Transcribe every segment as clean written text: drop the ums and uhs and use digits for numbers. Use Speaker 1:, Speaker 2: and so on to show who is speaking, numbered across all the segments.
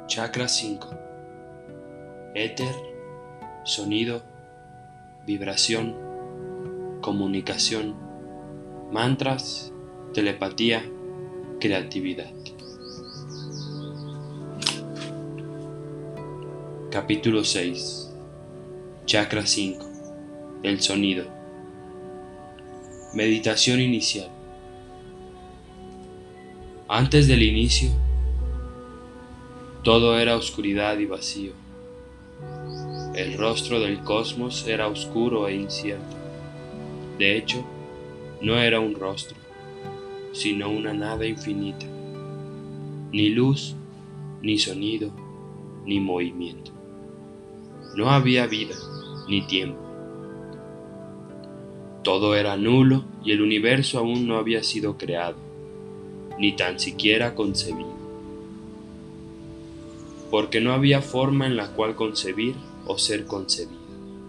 Speaker 1: Chakra 5. Éter, sonido, vibración, comunicación, mantras, telepatía, creatividad. Capítulo 6. Chakra 5. El sonido. Meditación inicial. Antes del inicio, todo era oscuridad y vacío. El rostro del cosmos era oscuro e incierto. De hecho, no era un rostro, sino una nada infinita. Ni luz, ni sonido, ni movimiento. No había vida, ni tiempo. Todo era nulo y el universo aún no había sido creado, ni tan siquiera concebido. Porque no había forma en la cual concebir o ser concebida.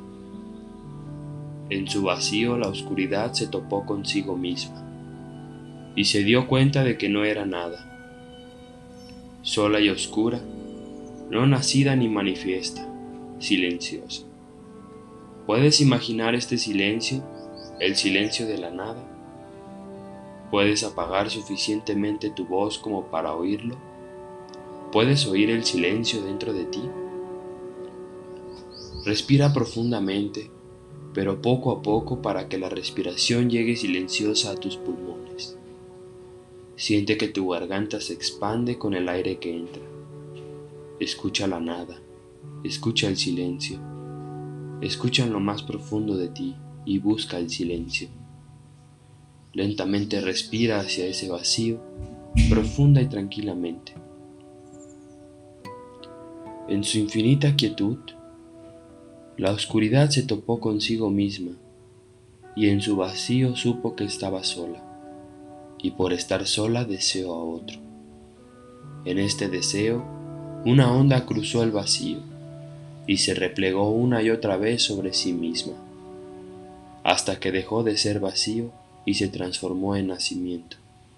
Speaker 1: En su vacío la oscuridad se topó consigo misma y se dio cuenta de que no era nada, sola y oscura, no nacida ni manifiesta, silenciosa. ¿Puedes imaginar este silencio, el silencio de la nada? ¿Puedes apagar suficientemente tu voz como para oírlo? ¿Puedes oír el silencio dentro de ti? Respira profundamente, pero poco a poco para que la respiración llegue silenciosa a tus pulmones. Siente que tu garganta se expande con el aire que entra. Escucha la nada, escucha el silencio, escucha en lo más profundo de ti y busca el silencio. Lentamente respira hacia ese vacío, profunda y tranquilamente. En su infinita quietud, la oscuridad se topó consigo misma y en su vacío supo que estaba sola, y por estar sola deseó a otro. En este deseo, una onda cruzó el vacío y se replegó una y otra vez sobre sí misma, hasta que dejó de ser vacío y se transformó en nacimiento.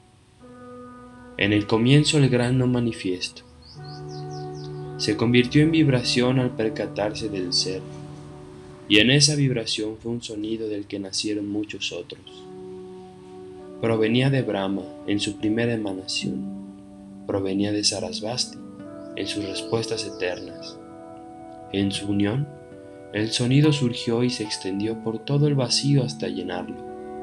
Speaker 1: En el comienzo el gran no manifiesto se convirtió en vibración al percatarse del ser, y en esa vibración fue un sonido del que nacieron muchos otros. Provenía de Brahma en su primera emanación, provenía de Sarasvati en sus respuestas eternas. En su unión, el sonido surgió y se extendió por todo el vacío hasta llenarlo.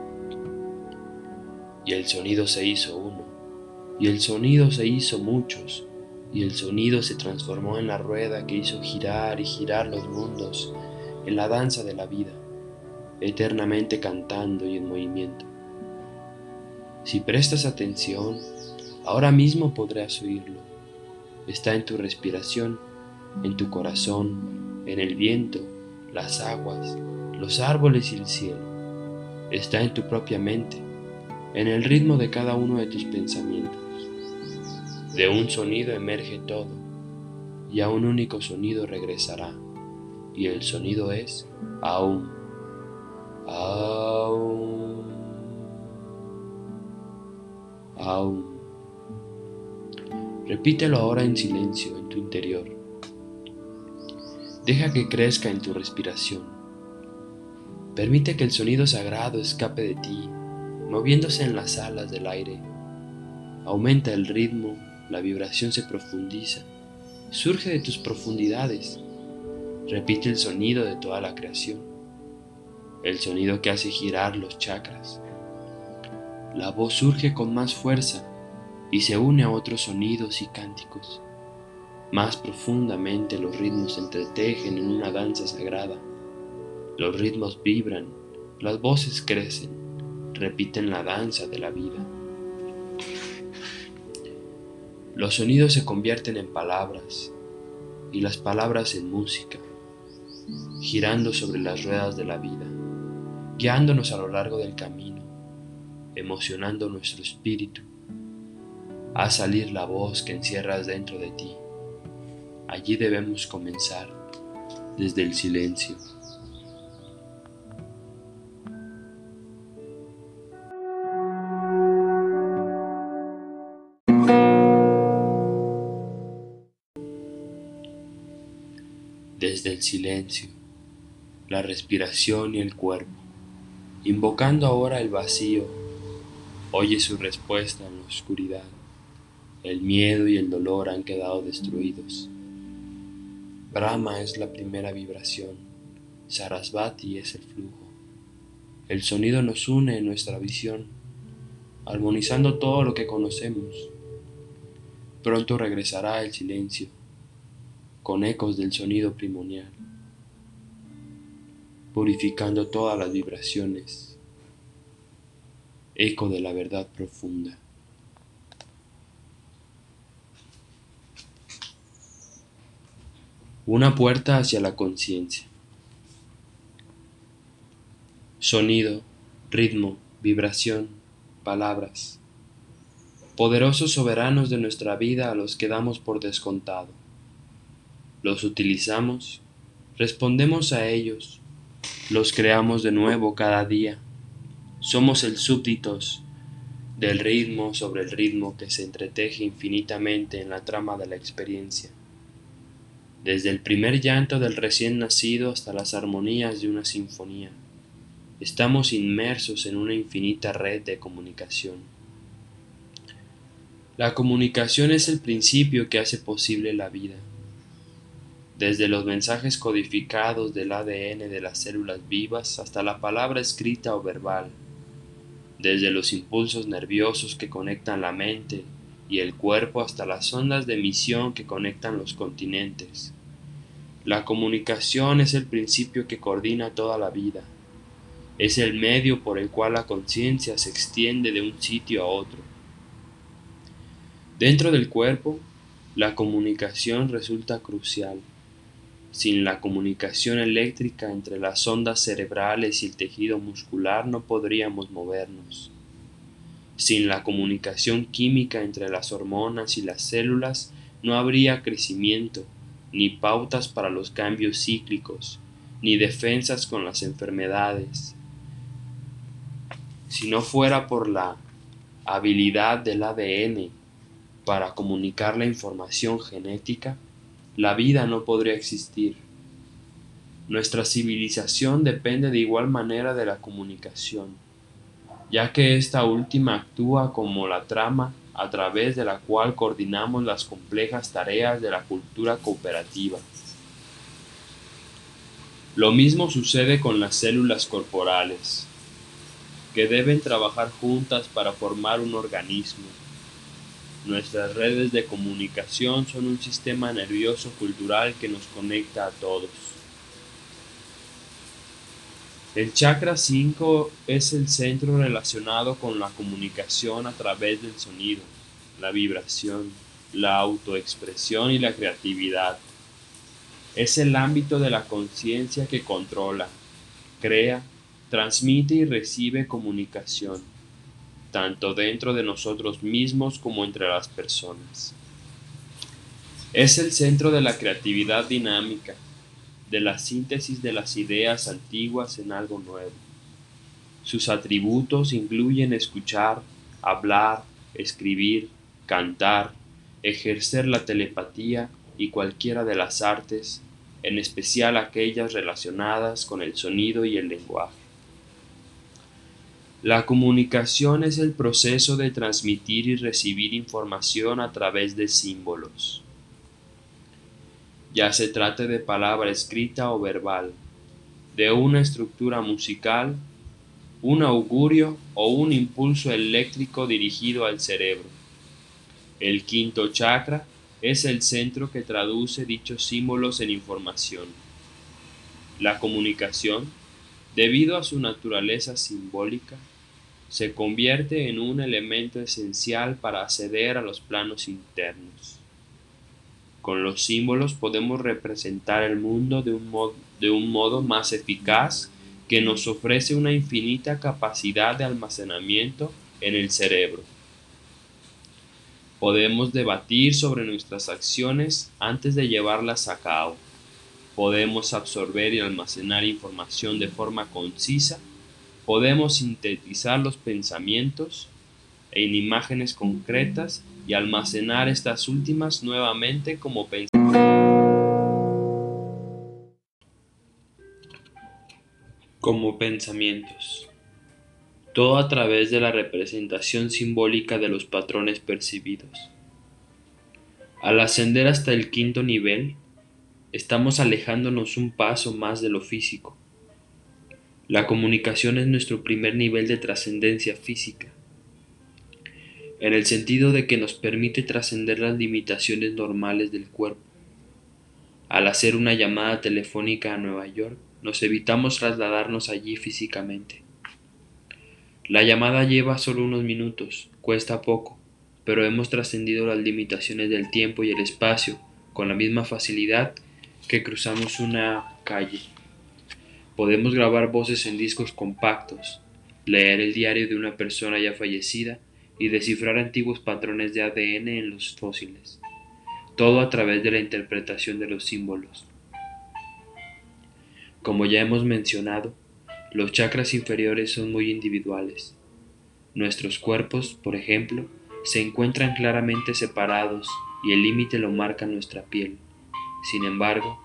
Speaker 1: Y el sonido se hizo uno, y el sonido se hizo muchos, y el sonido se transformó en la rueda que hizo girar y girar los mundos en la danza de la vida, eternamente cantando y en movimiento. Si prestas atención, ahora mismo podrás oírlo. Está en tu respiración, en tu corazón, en el viento, las aguas, los árboles y el cielo. Está en tu propia mente, en el ritmo de cada uno de tus pensamientos. De un sonido emerge todo, y a un único sonido regresará, y el sonido es Aum, Aum, Aum. Repítelo ahora en silencio en tu interior. Deja que crezca en tu respiración. Permite que el sonido sagrado escape de ti, moviéndose en las alas del aire. Aumenta el ritmo, la vibración se profundiza, surge de tus profundidades. Repite el sonido de toda la creación, el sonido que hace girar los chakras. La voz surge con más fuerza y se une a otros sonidos y cánticos. Más profundamente los ritmos se entretejen en una danza sagrada. Los ritmos vibran, las voces crecen, repiten la danza de la vida. Los sonidos se convierten en palabras y las palabras en música, girando sobre las ruedas de la vida, guiándonos a lo largo del camino, emocionando nuestro espíritu. Haz salir la voz que encierras dentro de ti. Allí debemos comenzar, desde el silencio. el silencio, la respiración y el cuerpo. Invocando ahora el vacío, oye su respuesta en la oscuridad. El miedo y el dolor han quedado destruidos. Brahma es la primera vibración, Sarasvati es el flujo. El sonido nos une en nuestra visión, armonizando todo lo que conocemos. Pronto regresará el silencio, con ecos del sonido primordial, purificando todas las vibraciones, eco de la verdad profunda. Una puerta hacia la conciencia. Sonido, ritmo, vibración, palabras. Poderosos soberanos de nuestra vida a los que damos por descontado. Los utilizamos, respondemos a ellos, los creamos de nuevo cada día. Somos el súbditos del ritmo sobre el ritmo que se entreteje infinitamente en la trama de la experiencia. Desde el primer llanto del recién nacido hasta las armonías de una sinfonía, estamos inmersos en una infinita red de comunicación. La comunicación es el principio que hace posible la vida. Desde los mensajes codificados del ADN de las células vivas hasta la palabra escrita o verbal, desde los impulsos nerviosos que conectan la mente y el cuerpo hasta las ondas de emisión que conectan los continentes. La comunicación es el principio que coordina toda la vida. Es el medio por el cual la conciencia se extiende de un sitio a otro. Dentro del cuerpo, la comunicación resulta crucial. Sin la comunicación eléctrica entre las ondas cerebrales y el tejido muscular no podríamos movernos. Sin la comunicación química entre las hormonas y las células no habría crecimiento, ni pautas para los cambios cíclicos, ni defensas con las enfermedades. Si no fuera por la habilidad del ADN para comunicar la información genética, la vida no podría existir. Nuestra civilización depende de igual manera de la comunicación, ya que esta última actúa como la trama a través de la cual coordinamos las complejas tareas de la cultura cooperativa. Lo mismo sucede con las células corporales, que deben trabajar juntas para formar un organismo. Nuestras redes de comunicación son un sistema nervioso cultural que nos conecta a todos. El chakra 5 es el centro relacionado con la comunicación a través del sonido, la vibración, la autoexpresión y la creatividad. Es el ámbito de la conciencia que controla, crea, transmite y recibe comunicación, tanto dentro de nosotros mismos como entre las personas. Es el centro de la creatividad dinámica, de la síntesis de las ideas antiguas en algo nuevo. Sus atributos incluyen escuchar, hablar, escribir, cantar, ejercer la telepatía y cualquiera de las artes, en especial aquellas relacionadas con el sonido y el lenguaje. La comunicación es el proceso de transmitir y recibir información a través de símbolos, ya se trate de palabra escrita o verbal, de una estructura musical, un augurio o un impulso eléctrico dirigido al cerebro. El quinto chakra es el centro que traduce dichos símbolos en información. La comunicación, debido a su naturaleza simbólica, se convierte en un elemento esencial para acceder a los planos internos. Con los símbolos podemos representar el mundo de un modo más eficaz que nos ofrece una infinita capacidad de almacenamiento en el cerebro. Podemos debatir sobre nuestras acciones antes de llevarlas a cabo. Podemos absorber y almacenar información de forma concisa. Podemos sintetizar los pensamientos en imágenes concretas y almacenar estas últimas nuevamente como pensamientos. como pensamientos, todo a través de la representación simbólica de los patrones percibidos. Al ascender hasta el quinto nivel, estamos alejándonos un paso más de lo físico. La comunicación es nuestro primer nivel de trascendencia física, en el sentido de que nos permite trascender las limitaciones normales del cuerpo. Al hacer una llamada telefónica a Nueva York, nos evitamos trasladarnos allí físicamente. La llamada lleva solo unos minutos, cuesta poco, pero hemos trascendido las limitaciones del tiempo y el espacio con la misma facilidad que cruzamos una calle. Podemos grabar voces en discos compactos, leer el diario de una persona ya fallecida y descifrar antiguos patrones de ADN en los fósiles, todo a través de la interpretación de los símbolos. Como ya hemos mencionado, los chakras inferiores son muy individuales. Nuestros cuerpos, por ejemplo, se encuentran claramente separados y el límite lo marca nuestra piel. Sin embargo,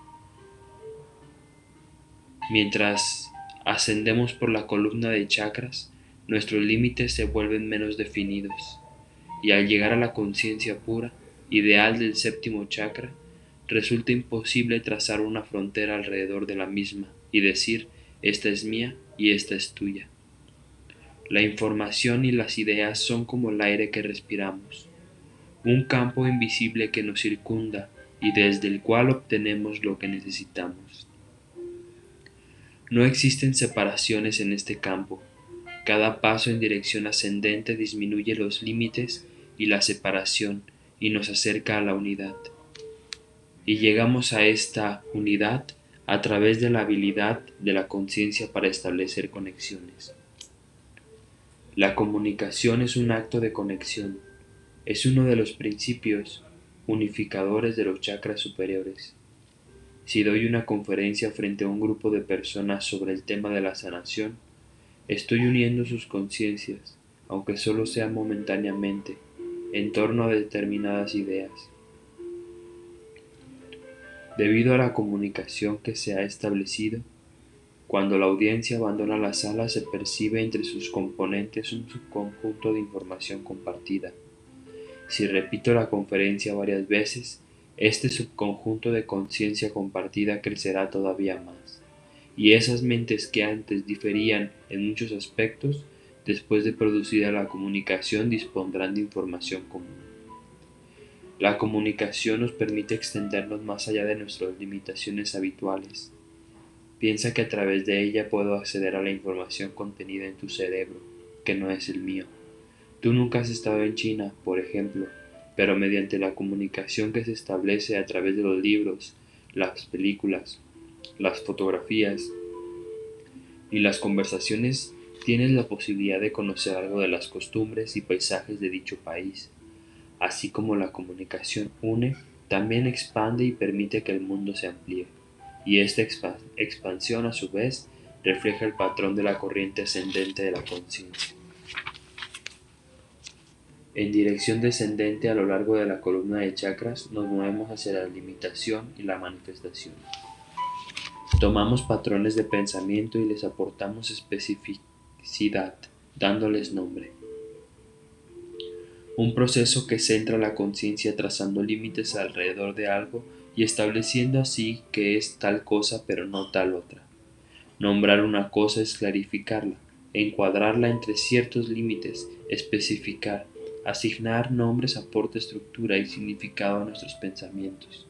Speaker 1: mientras ascendemos por la columna de chakras, nuestros límites se vuelven menos definidos, y al llegar a la conciencia pura, ideal del séptimo chakra, resulta imposible trazar una frontera alrededor de la misma y decir, esta es mía y esta es tuya. La información y las ideas son como el aire que respiramos, un campo invisible que nos circunda y desde el cual obtenemos lo que necesitamos. No existen separaciones en este campo. Cada paso en dirección ascendente disminuye los límites y la separación y nos acerca a la unidad. Y llegamos a esta unidad a través de la habilidad de la conciencia para establecer conexiones. La comunicación es un acto de conexión. Es uno de los principios unificadores de los chakras superiores. Si doy una conferencia frente a un grupo de personas sobre el tema de la sanación, estoy uniendo sus conciencias, aunque solo sea momentáneamente, en torno a determinadas ideas. Debido a la comunicación que se ha establecido, cuando la audiencia abandona la sala se percibe entre sus componentes un subconjunto de información compartida. Si repito la conferencia varias veces, este subconjunto de conciencia compartida crecerá todavía más, y esas mentes que antes diferían en muchos aspectos, después de producida la comunicación dispondrán de información común. La comunicación nos permite extendernos más allá de nuestras limitaciones habituales. Piensa que a través de ella puedo acceder a la información contenida en tu cerebro, que no es el mío. Tú nunca has estado en China, por ejemplo, pero mediante la comunicación que se establece a través de los libros, las películas, las fotografías y las conversaciones, tienes la posibilidad de conocer algo de las costumbres y paisajes de dicho país. Así como la comunicación une, también expande y permite que el mundo se amplíe, y esta expansión a su vez refleja el patrón de la corriente ascendente de la conciencia. En dirección descendente a lo largo de la columna de chakras nos movemos hacia la limitación y la manifestación. Tomamos patrones de pensamiento y les aportamos especificidad, dándoles nombre. Un proceso que centra la conciencia trazando límites alrededor de algo y estableciendo así que es tal cosa pero no tal otra. Nombrar una cosa es clarificarla, encuadrarla entre ciertos límites, especificar, asignar nombres aporta estructura y significado a nuestros pensamientos.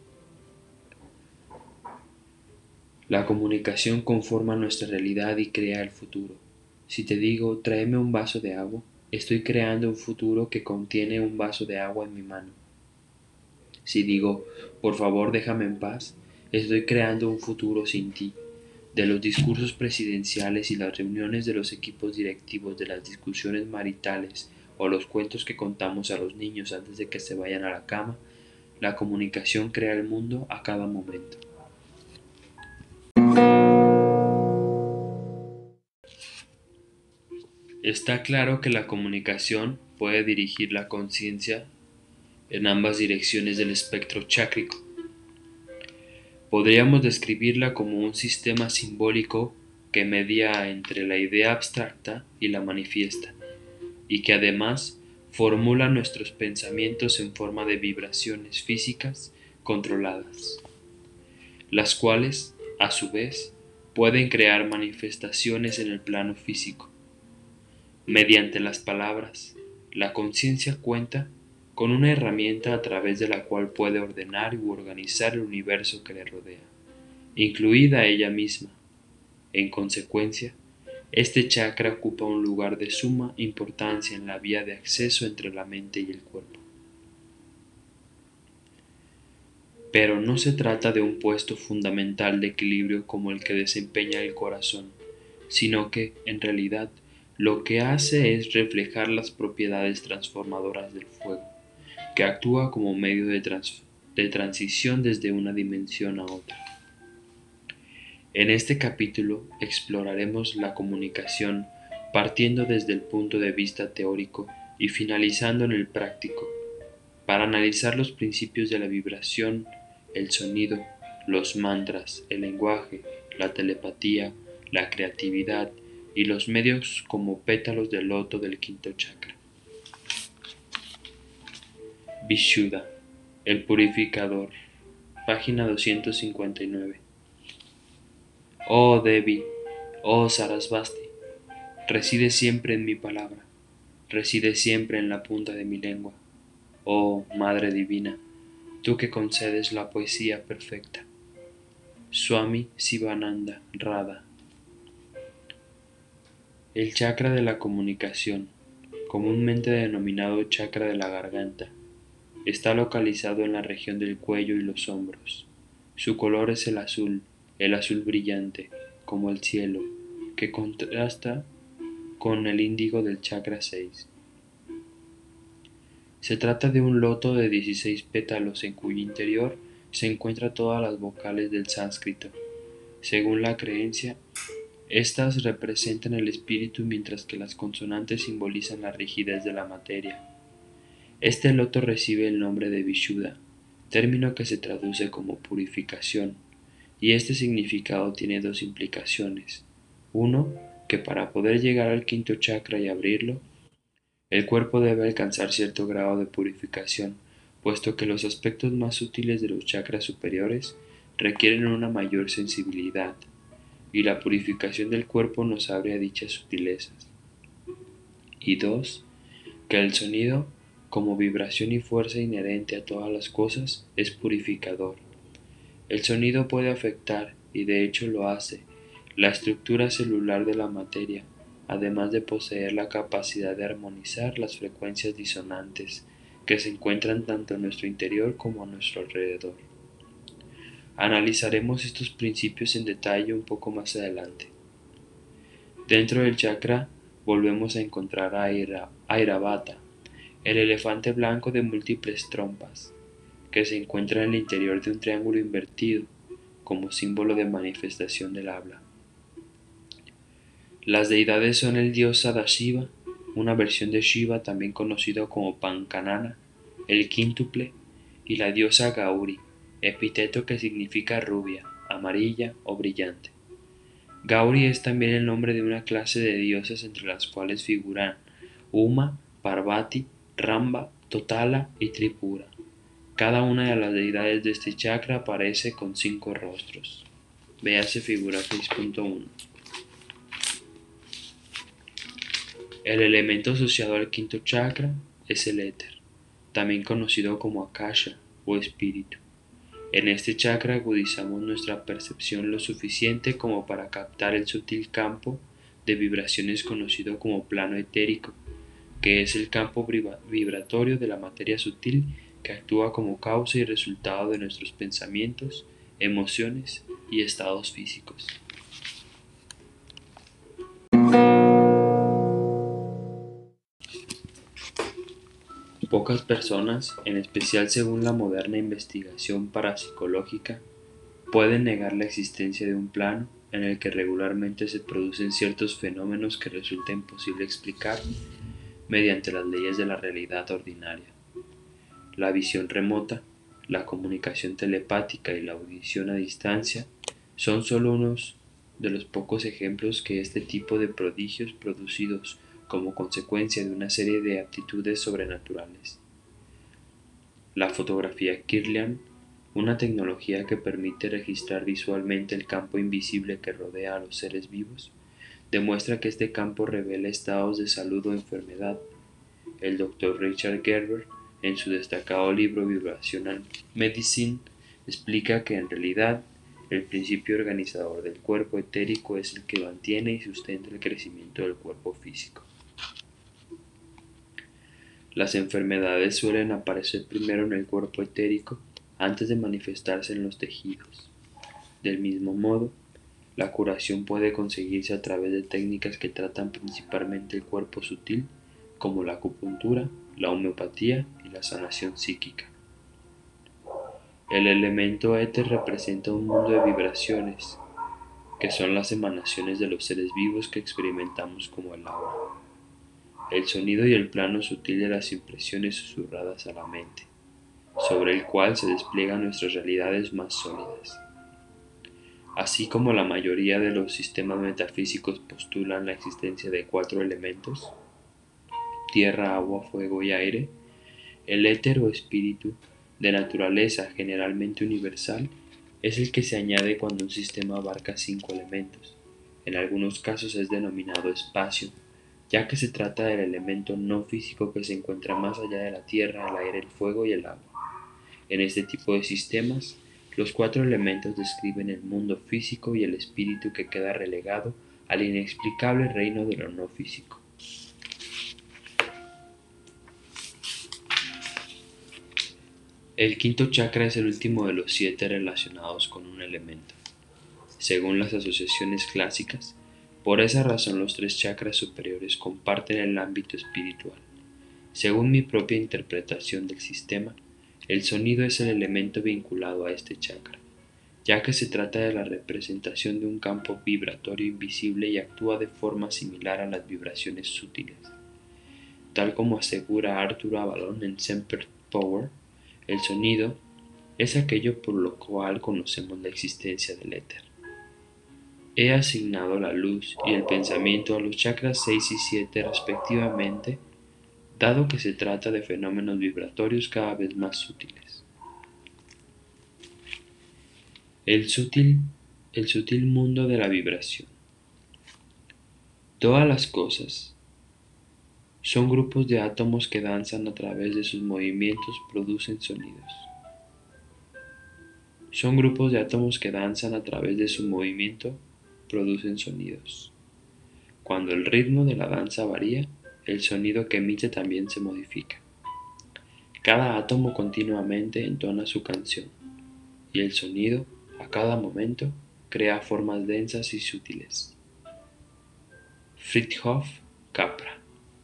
Speaker 1: La comunicación conforma nuestra realidad y crea el futuro. Si te digo, tráeme un vaso de agua, estoy creando un futuro que contiene un vaso de agua en mi mano. Si digo, por favor déjame en paz, estoy creando un futuro sin ti. De los discursos presidenciales y las reuniones de los equipos directivos, de las discusiones maritales o los cuentos que contamos a los niños antes de que se vayan a la cama, la comunicación crea el mundo a cada momento. Está claro que la comunicación puede dirigir la conciencia en ambas direcciones del espectro chácrico. Podríamos describirla como un sistema simbólico que media entre la idea abstracta y la manifiesta, y que además formula nuestros pensamientos en forma de vibraciones físicas controladas, las cuales, a su vez, pueden crear manifestaciones en el plano físico. Mediante las palabras, la conciencia cuenta con una herramienta a través de la cual puede ordenar y organizar el universo que le rodea, incluida ella misma. En consecuencia, este chakra ocupa un lugar de suma importancia en la vía de acceso entre la mente y el cuerpo. Pero no se trata de un puesto fundamental de equilibrio como el que desempeña el corazón, sino que, en realidad, lo que hace es reflejar las propiedades transformadoras del fuego, que actúa como medio de transición desde una dimensión a otra. En este capítulo exploraremos la comunicación partiendo desde el punto de vista teórico y finalizando en el práctico, para analizar los principios de la vibración, el sonido, los mantras, el lenguaje, la telepatía, la creatividad y los medios como pétalos de loto del quinto chakra. Vishuddha, el purificador, página 259. Oh Devi, oh Sarasvati, reside siempre en mi palabra, reside siempre en la punta de mi lengua. Oh Madre Divina, tú que concedes la poesía perfecta. Swami Sivananda Radha. El chakra de la comunicación, comúnmente denominado chakra de la garganta, está localizado en la región del cuello y los hombros. Su color es el azul brillante, como el cielo, que contrasta con el índigo del chakra 6. Se trata de un loto de 16 pétalos en cuyo interior se encuentran todas las vocales del sánscrito. Según la creencia, estas representan el espíritu mientras que las consonantes simbolizan la rigidez de la materia. Este loto recibe el nombre de Vishuddha, término que se traduce como purificación, y este significado tiene dos implicaciones. Uno, que para poder llegar al quinto chakra y abrirlo, el cuerpo debe alcanzar cierto grado de purificación, puesto que los aspectos más sutiles de los chakras superiores requieren una mayor sensibilidad, y la purificación del cuerpo nos abre a dichas sutilezas. Y dos, que el sonido, como vibración y fuerza inherente a todas las cosas, es purificador. El sonido puede afectar, y de hecho lo hace, la estructura celular de la materia, además de poseer la capacidad de armonizar las frecuencias disonantes que se encuentran tanto en nuestro interior como a nuestro alrededor. Analizaremos estos principios en detalle un poco más adelante. Dentro del chakra volvemos a encontrar a Airavata, el elefante blanco de múltiples trompas, que se encuentra en el interior de un triángulo invertido, como símbolo de manifestación del habla. Las deidades son el dios Sadashiva, una versión de Shiva también conocido como Pancanana, el quíntuple, y la diosa Gauri, epíteto que significa rubia, amarilla o brillante. Gauri es también el nombre de una clase de diosas entre las cuales figuran Uma, Parvati, Ramba, Totala y Tripura. Cada una de las deidades de este chakra aparece con 5 rostros. Véase figura 6.1. El elemento asociado al quinto chakra es el éter, también conocido como akasha o espíritu. En este chakra agudizamos nuestra percepción lo suficiente como para captar el sutil campo de vibraciones conocido como plano etérico, que es el campo vibratorio de la materia sutil que actúa como causa y resultado de nuestros pensamientos, emociones y estados físicos. Pocas personas, en especial según la moderna investigación parapsicológica, pueden negar la existencia de un plano en el que regularmente se producen ciertos fenómenos que resulta imposible explicar mediante las leyes de la realidad ordinaria. La visión remota, la comunicación telepática y la audición a distancia son solo de los pocos ejemplos que este tipo de prodigios producidos como consecuencia de una serie de aptitudes sobrenaturales. La fotografía Kirlian, una tecnología que permite registrar visualmente el campo invisible que rodea a los seres vivos, demuestra que este campo revela estados de salud o enfermedad. El Dr. Richard Gerber, en su destacado libro Vibrational Medicine, explica que en realidad el principio organizador del cuerpo etérico es el que mantiene y sustenta el crecimiento del cuerpo físico. Las enfermedades suelen aparecer primero en el cuerpo etérico antes de manifestarse en los tejidos. Del mismo modo, la curación puede conseguirse a través de técnicas que tratan principalmente el cuerpo sutil, como la acupuntura, la homeopatía y la sanación psíquica. El elemento éter representa un mundo de vibraciones, que son las emanaciones de los seres vivos que experimentamos como el aura, el sonido y el plano sutil de las impresiones susurradas a la mente, sobre el cual se despliegan nuestras realidades más sólidas. Así como la mayoría de los sistemas metafísicos postulan la existencia de 4 elementos, tierra, agua, fuego y aire, el éter o espíritu, de naturaleza generalmente universal, es el que se añade cuando un sistema abarca 5 elementos. En algunos casos es denominado espacio, ya que se trata del elemento no físico que se encuentra más allá de la tierra, el aire, el fuego y el agua. En este tipo de sistemas, los 4 elementos describen el mundo físico y el espíritu que queda relegado al inexplicable reino de lo no físico. El quinto chakra es el último de los 7 relacionados con un elemento, según las asociaciones clásicas. Por esa razón los 3 chakras superiores comparten el ámbito espiritual. Según mi propia interpretación del sistema, el sonido es el elemento vinculado a este chakra, ya que se trata de la representación de un campo vibratorio invisible y actúa de forma similar a las vibraciones sutiles. Tal como asegura Arthur Avalon en Semper Power, el sonido es aquello por lo cual conocemos la existencia del éter. He asignado la luz y el pensamiento a los chakras 6 y 7 respectivamente, dado que se trata de fenómenos vibratorios cada vez más sutiles. El sutil mundo de la vibración. Todas las cosas son grupos de átomos que danzan a través de sus movimientos, producen sonidos. Son grupos de átomos que danzan a través de su movimiento, producen sonidos. Cuando el ritmo de la danza varía, el sonido que emite también se modifica. Cada átomo continuamente entona su canción, y el sonido, a cada momento, crea formas densas y sutiles. Fritjof Capra.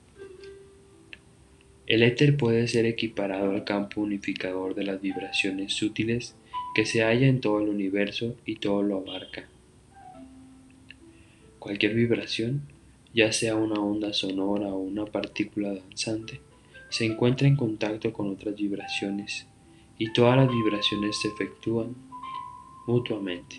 Speaker 1: El éter puede ser equiparado al campo unificador de las vibraciones sutiles que se halla en todo el universo y todo lo abarca. Cualquier vibración, ya sea una onda sonora o una partícula danzante, se encuentra en contacto con otras vibraciones y todas las vibraciones se efectúan mutuamente.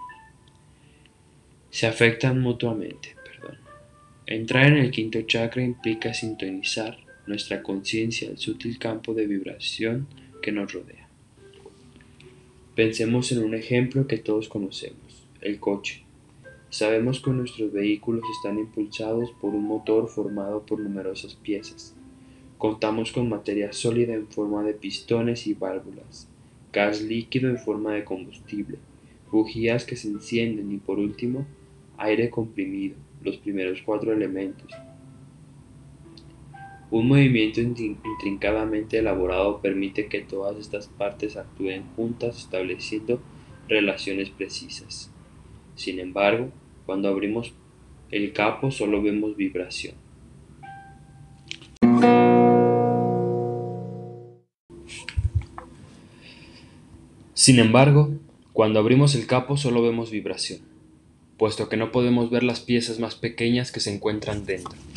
Speaker 1: Se afectan mutuamente. Entrar en el quinto chakra implica sintonizar nuestra conciencia al sutil campo de vibración que nos rodea. Pensemos en un ejemplo que todos conocemos, el coche. Sabemos que nuestros vehículos están impulsados por un motor formado por numerosas piezas. Contamos con materia sólida en forma de pistones y válvulas, gas líquido en forma de combustible, bujías que se encienden y, por último, aire comprimido, los primeros 4 elementos. Un movimiento intrincadamente elaborado permite que todas estas partes actúen juntas estableciendo relaciones precisas. Sin embargo, cuando abrimos el capo solo vemos vibración. Puesto que no podemos ver las piezas más pequeñas que se encuentran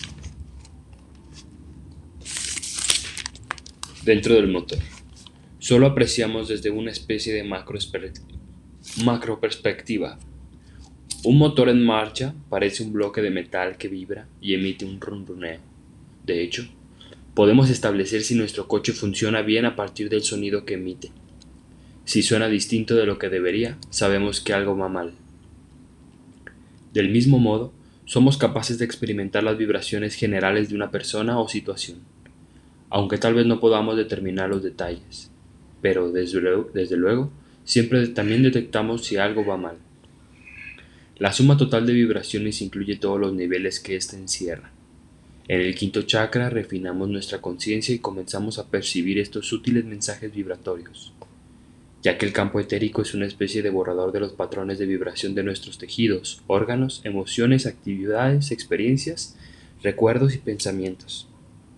Speaker 1: dentro del motor. Solo apreciamos desde una especie de macroperspectiva Un motor en marcha parece un bloque de metal que vibra y emite un ronroneo. De hecho, podemos establecer si nuestro coche funciona bien a partir del sonido que emite. Si suena distinto de lo que debería, sabemos que algo va mal. Del mismo modo, somos capaces de experimentar las vibraciones generales de una persona o situación, aunque tal vez no podamos determinar los detalles. Pero desde luego, siempre también detectamos si algo va mal. La suma total de vibraciones incluye todos los niveles que ésta encierra. En el quinto chakra refinamos nuestra conciencia y comenzamos a percibir estos sutiles mensajes vibratorios, ya que el campo etérico es una especie de borrador de los patrones de vibración de nuestros tejidos, órganos, emociones, actividades, experiencias, recuerdos y pensamientos.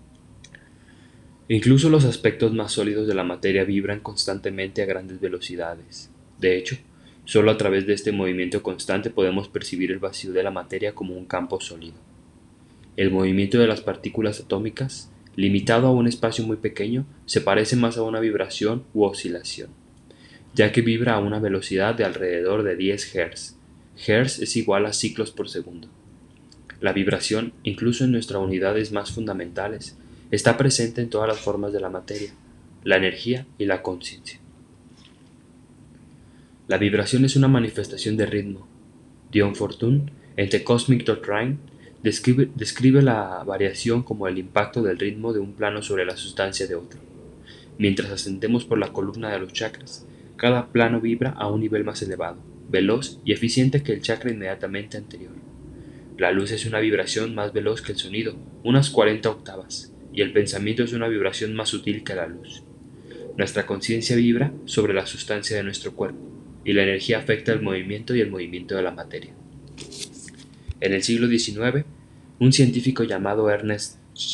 Speaker 1: Incluso los aspectos más sólidos de la materia vibran constantemente a grandes velocidades. De hecho, solo a través de este movimiento constante podemos percibir el vacío de la materia como un campo sólido. El movimiento de las partículas atómicas, limitado a un espacio muy pequeño, se parece más a una vibración u oscilación, ya que vibra a una velocidad de alrededor de 10 Hz. Hz es igual a ciclos por segundo. La vibración, incluso en nuestras unidades más fundamentales, está presente en todas las formas de la materia, la energía y la conciencia. La vibración es una manifestación de ritmo. Dion Fortune, en The Cosmic Doctrine, describe la variación como el impacto del ritmo de un plano sobre la sustancia de otro. Mientras ascendemos por la columna de los chakras, cada plano vibra a un nivel más elevado, veloz y eficiente que el chakra inmediatamente anterior. La luz es una vibración más veloz que el sonido, unas 40 octavas, y el pensamiento es una vibración más sutil que la luz. Nuestra conciencia vibra sobre la sustancia de nuestro cuerpo, y la energía afecta el movimiento y el movimiento de la materia. En el siglo XIX, un científico llamado Ernest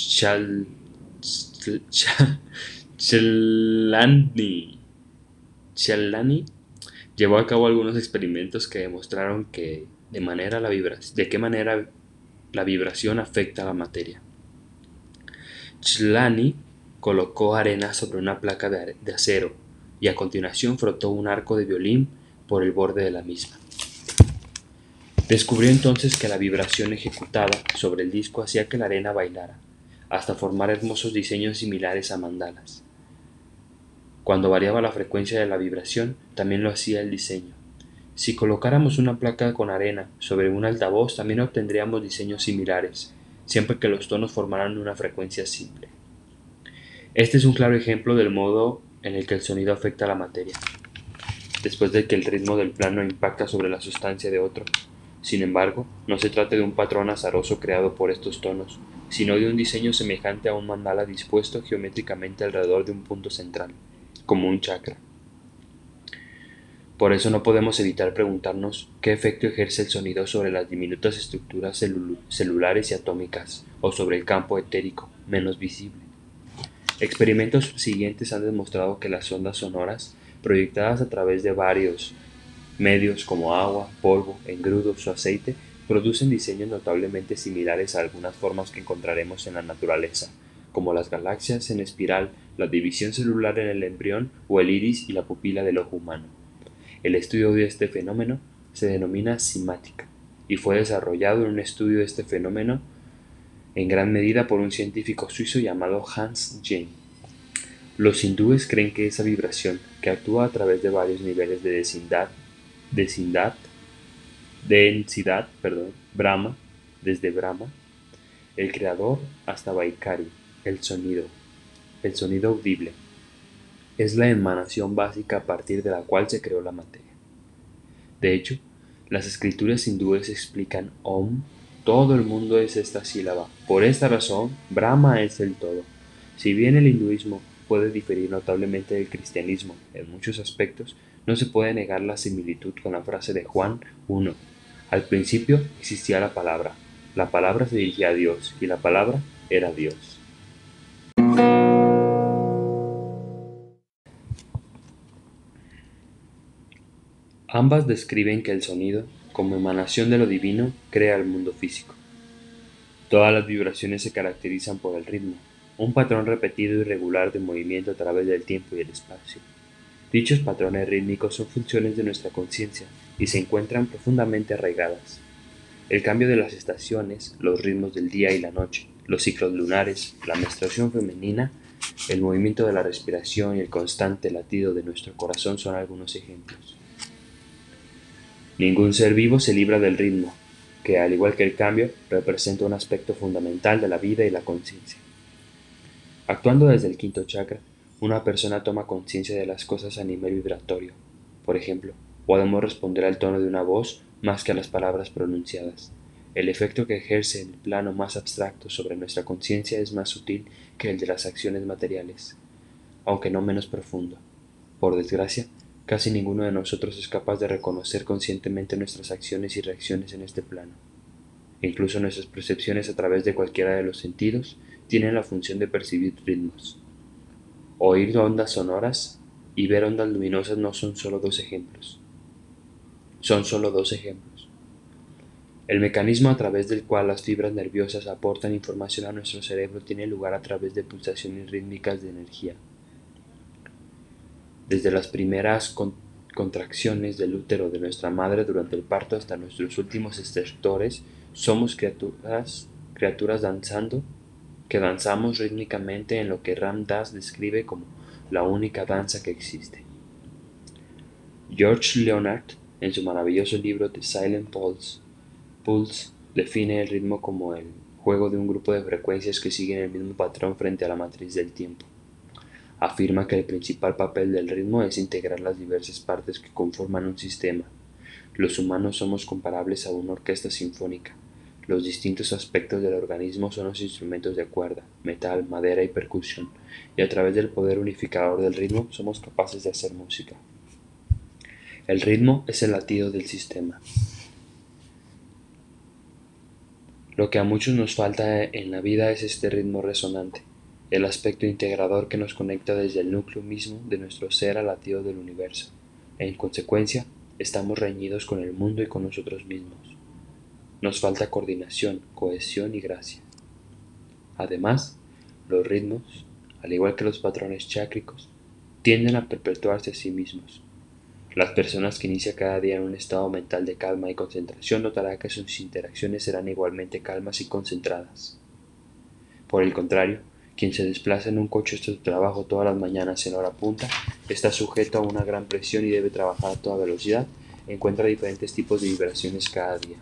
Speaker 1: Cellany llevó a cabo algunos experimentos que demostraron de qué manera la vibración afecta a la materia. Cellany colocó arena sobre una placa de acero y a continuación frotó un arco de violín por el borde de la misma. Descubrió entonces que la vibración ejecutada sobre el disco hacía que la arena bailara, hasta formar hermosos diseños similares a mandalas. Cuando variaba la frecuencia de la vibración, también lo hacía el diseño. Si colocáramos una placa con arena sobre un altavoz, también obtendríamos diseños similares, siempre que los tonos formaran una frecuencia simple. Este es un claro ejemplo del modo en el que el sonido afecta a la materia, después de que el ritmo del plano impacta sobre la sustancia de otro. Sin embargo, no se trata de un patrón azaroso creado por estos tonos, sino de un diseño semejante a un mandala dispuesto geométricamente alrededor de un punto central, como un chakra. Por eso no podemos evitar preguntarnos qué efecto ejerce el sonido sobre las diminutas estructuras celulares y atómicas, o sobre el campo etérico, menos visible. Experimentos siguientes han demostrado que las ondas sonoras, proyectadas a través de varios medios como agua, polvo, engrudos o aceite, producen diseños notablemente similares a algunas formas que encontraremos en la naturaleza, como las galaxias en espiral, la división celular en el embrión o el iris y la pupila del ojo humano. El estudio de este fenómeno se denomina cimática y fue desarrollado en un estudio de este fenómeno en gran medida por un científico suizo llamado Hans Jahn. Los hindúes creen que esa vibración, que actúa a través de varios niveles de densidad, Brahma, desde Brahma, el creador, hasta Vaikari, el sonido audible, es la emanación básica a partir de la cual se creó la materia. De hecho, las escrituras hindúes explican Om, todo el mundo es esta sílaba. Por esta razón, Brahma es el todo. Si bien el hinduismo puede diferir notablemente del cristianismo en muchos aspectos, no se puede negar la similitud con la frase de Juan 1. Al principio existía la palabra se dirigía a Dios y la palabra era Dios. Ambas describen que el sonido, como emanación de lo divino, crea el mundo físico. Todas las vibraciones se caracterizan por el ritmo, un patrón repetido y regular de movimiento a través del tiempo y el espacio. Dichos patrones rítmicos son funciones de nuestra conciencia y se encuentran profundamente arraigadas. El cambio de las estaciones, los ritmos del día y la noche, los ciclos lunares, la menstruación femenina, el movimiento de la respiración y el constante latido de nuestro corazón son algunos ejemplos. Ningún ser vivo se libra del ritmo, que, al igual que el cambio, representa un aspecto fundamental de la vida y la conciencia. Actuando desde el quinto chakra, una persona toma conciencia de las cosas a nivel vibratorio. Por ejemplo, podemos responder al tono de una voz más que a las palabras pronunciadas. El efecto que ejerce en el plano más abstracto sobre nuestra conciencia es más sutil que el de las acciones materiales, aunque no menos profundo. Por desgracia, casi ninguno de nosotros es capaz de reconocer conscientemente nuestras acciones y reacciones en este plano. Incluso nuestras percepciones a través de cualquiera de los sentidos tienen la función de percibir ritmos. Oír ondas sonoras y ver ondas luminosas no son solo dos ejemplos. Son solo dos ejemplos. El mecanismo a través del cual las fibras nerviosas aportan información a nuestro cerebro tiene lugar a través de pulsaciones rítmicas de energía. Desde las primeras contracciones del útero de nuestra madre durante el parto hasta nuestros últimos estertores, somos criaturas danzando, que danzamos rítmicamente en lo que Ram Dass describe como la única danza que existe. George Leonard, en su maravilloso libro The Silent Pulse, define el ritmo como el juego de un grupo de frecuencias que siguen el mismo patrón frente a la matriz del tiempo. Afirma que el principal papel del ritmo es integrar las diversas partes que conforman un sistema. Los humanos somos comparables a una orquesta sinfónica. Los distintos aspectos del organismo son los instrumentos de cuerda, metal, madera y percusión, y a través del poder unificador del ritmo somos capaces de hacer música. El ritmo es el latido del sistema. Lo que a muchos nos falta en la vida es este ritmo resonante, el aspecto integrador que nos conecta desde el núcleo mismo de nuestro ser al latido del universo. En consecuencia, estamos reñidos con el mundo y con nosotros mismos. Nos falta coordinación, cohesión y gracia. Además, los ritmos, al igual que los patrones chákricos, tienden a perpetuarse a sí mismos. Las personas que inician cada día en un estado mental de calma y concentración notarán que sus interacciones serán igualmente calmas y concentradas. Por el contrario, quien se desplaza en un coche hasta su trabajo todas las mañanas en hora punta está sujeto a una gran presión y debe trabajar a toda velocidad, encuentra diferentes tipos de vibraciones cada día.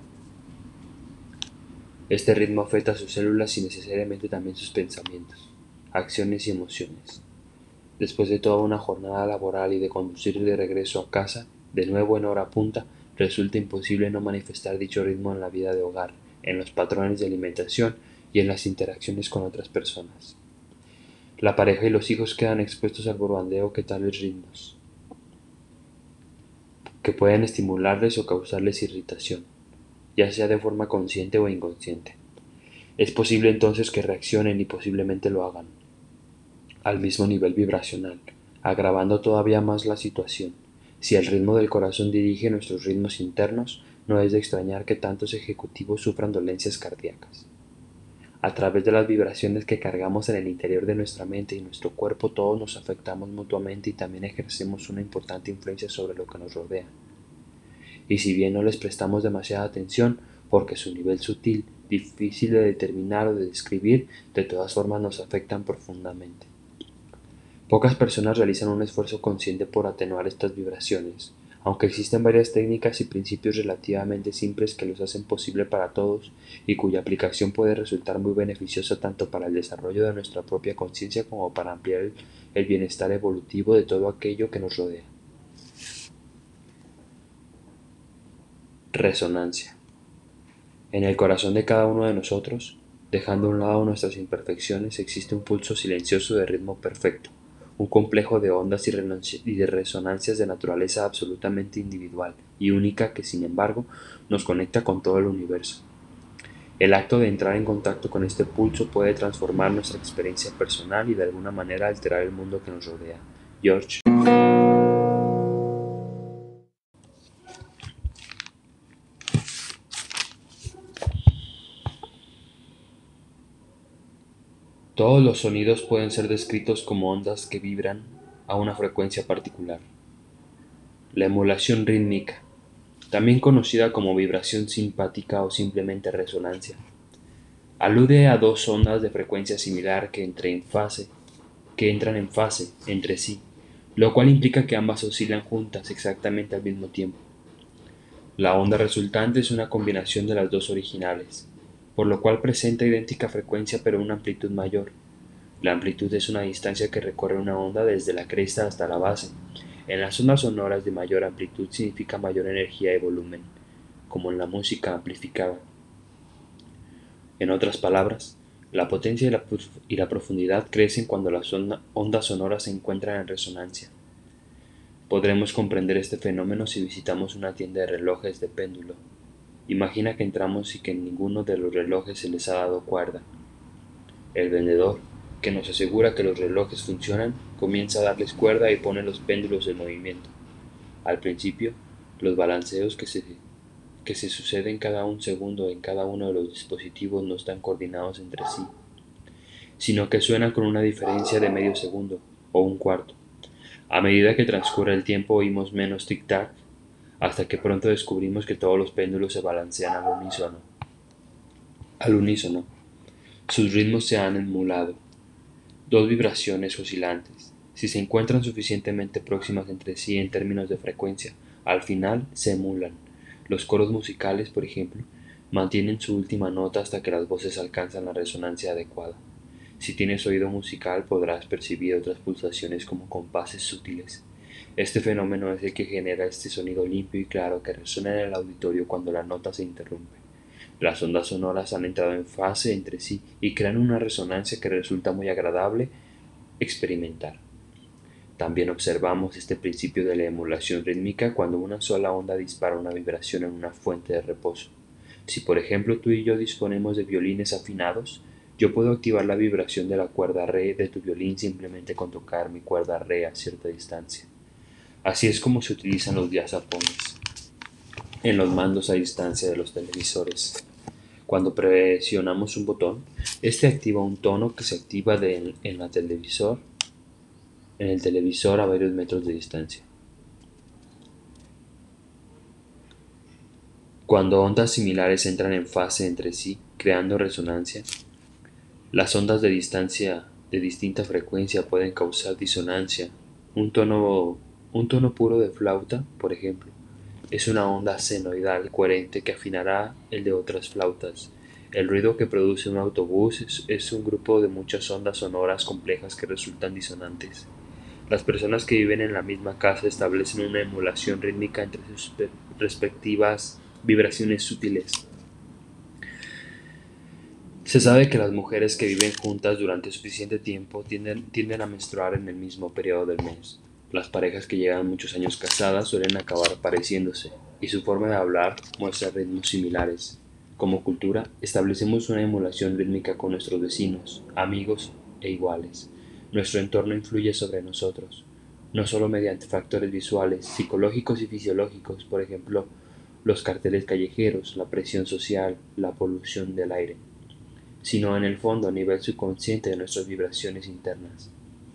Speaker 1: Este ritmo afecta a sus células y necesariamente también sus pensamientos, acciones y emociones. Después de toda una jornada laboral y de conducir de regreso a casa, de nuevo en hora punta, resulta imposible no manifestar dicho ritmo en la vida de hogar, en los patrones de alimentación y en las interacciones con otras personas. La pareja y los hijos quedan expuestos al borbandeo que tales ritmos, que pueden estimularles o causarles irritación, ya sea de forma consciente o inconsciente. Es posible entonces que reaccionen y posiblemente lo hagan al mismo nivel vibracional, agravando todavía más la situación. Si el ritmo del corazón dirige nuestros ritmos internos, no es de extrañar que tantos ejecutivos sufran dolencias cardíacas. A través de las vibraciones que cargamos en el interior de nuestra mente y nuestro cuerpo, todos nos afectamos mutuamente y también ejercemos una importante influencia sobre lo que nos rodea. Y si bien no les prestamos demasiada atención, porque su nivel sutil, difícil de determinar o de describir, de todas formas nos afectan profundamente. Pocas personas realizan un esfuerzo consciente por atenuar estas vibraciones, aunque existen varias técnicas y principios relativamente simples que los hacen posible para todos y cuya aplicación puede resultar muy beneficiosa tanto para el desarrollo de nuestra propia conciencia como para ampliar el bienestar evolutivo de todo aquello que nos rodea. Resonancia. En el corazón de cada uno de nosotros, dejando a un lado nuestras imperfecciones, existe un pulso silencioso de ritmo perfecto, un complejo de ondas y de resonancias de naturaleza absolutamente individual y única que, sin embargo, nos conecta con todo el universo. El acto de entrar en contacto con este pulso puede transformar nuestra experiencia personal y de alguna manera alterar el mundo que nos rodea. George. Todos los sonidos pueden ser descritos como ondas que vibran a una frecuencia particular. La emulación rítmica, también conocida como vibración simpática o simplemente resonancia, alude a dos ondas de frecuencia similar que entran en fase entre sí, lo cual implica que ambas oscilan juntas exactamente al mismo tiempo. La onda resultante es una combinación de las dos originales, por lo cual presenta idéntica frecuencia pero una amplitud mayor. La amplitud es una distancia que recorre una onda desde la cresta hasta la base. En las ondas sonoras de mayor amplitud significa mayor energía y volumen, como en la música amplificada. En otras palabras, la potencia y la profundidad crecen cuando las ondas sonoras se encuentran en resonancia. Podremos comprender este fenómeno si visitamos una tienda de relojes de péndulo. Imagina que entramos y que en ninguno de los relojes se les ha dado cuerda. El vendedor, que nos asegura que los relojes funcionan, comienza a darles cuerda y pone los péndulos en movimiento. Al principio, los balanceos que se suceden cada un segundo en cada uno de los dispositivos no están coordinados entre sí, sino que suenan con una diferencia de medio segundo o un cuarto. A medida que transcurre el tiempo oímos menos tic-tac, hasta que pronto descubrimos que todos los péndulos se balancean al unísono. Al unísono. Sus ritmos se han emulado. Dos vibraciones oscilantes, si se encuentran suficientemente próximas entre sí en términos de frecuencia, al final se emulan. Los coros musicales, por ejemplo, mantienen su última nota hasta que las voces alcanzan la resonancia adecuada. Si tienes oído musical podrás percibir otras pulsaciones como compases sutiles. Este fenómeno es el que genera este sonido limpio y claro que resuena en el auditorio cuando la nota se interrumpe. Las ondas sonoras han entrado en fase entre sí y crean una resonancia que resulta muy agradable experimentar. También observamos este principio de la emulación rítmica cuando una sola onda dispara una vibración en una fuente de reposo. Si por ejemplo tú y yo disponemos de violines afinados, yo puedo activar la vibración de la cuerda re de tu violín simplemente con tocar mi cuerda re a cierta distancia. Así es como se utilizan los diapasones en los mandos a distancia de los televisores. Cuando presionamos un botón, este activa un tono que se activa en el televisor a varios metros de distancia. Cuando ondas similares entran en fase entre sí, creando resonancia, las ondas de distinta frecuencia pueden causar disonancia. Un tono, un tono puro de flauta, por ejemplo, es una onda senoidal coherente que afinará el de otras flautas. El ruido que produce un autobús es un grupo de muchas ondas sonoras complejas que resultan disonantes. Las personas que viven en la misma casa establecen una emulación rítmica entre sus respectivas vibraciones sutiles. Se sabe que las mujeres que viven juntas durante suficiente tiempo tienden a menstruar en el mismo periodo del mes. Las parejas que llevan muchos años casadas suelen acabar pareciéndose, y su forma de hablar muestra ritmos similares. Como cultura, establecemos una emulación rítmica con nuestros vecinos, amigos e iguales. Nuestro entorno influye sobre nosotros, no solo mediante factores visuales, psicológicos y fisiológicos, por ejemplo, los carteles callejeros, la presión social, la polución del aire, sino en el fondo a nivel subconsciente de nuestras vibraciones internas.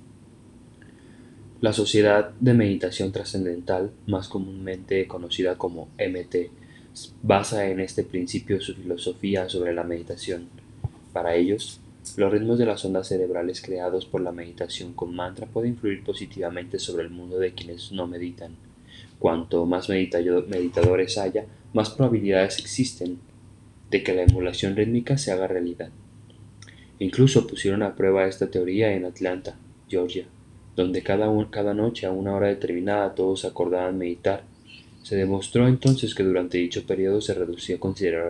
Speaker 1: La Sociedad de Meditación Trascendental, más comúnmente conocida como MT, basa en este principio su filosofía sobre la meditación. Para ellos, los ritmos de las ondas cerebrales creados por la meditación con mantra pueden influir positivamente sobre el mundo de quienes no meditan. Cuanto más meditadores haya, más probabilidades existen de que la emulación rítmica se haga realidad. Incluso pusieron a prueba esta teoría en Atlanta, Georgia, donde cada noche a una hora determinada todos acordaban meditar. Se demostró entonces que durante dicho periodo se reducía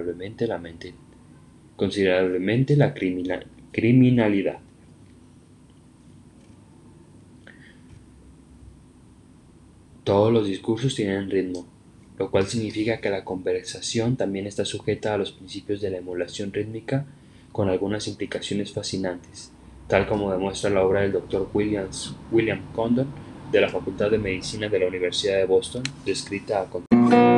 Speaker 1: considerablemente la criminalidad. Todos los discursos tienen ritmo, lo cual significa que la conversación también está sujeta a los principios de la emulación rítmica con algunas implicaciones fascinantes, tal como demuestra la obra del Dr. William Condon de la Facultad de Medicina de la Universidad de Boston, descrita a continuación.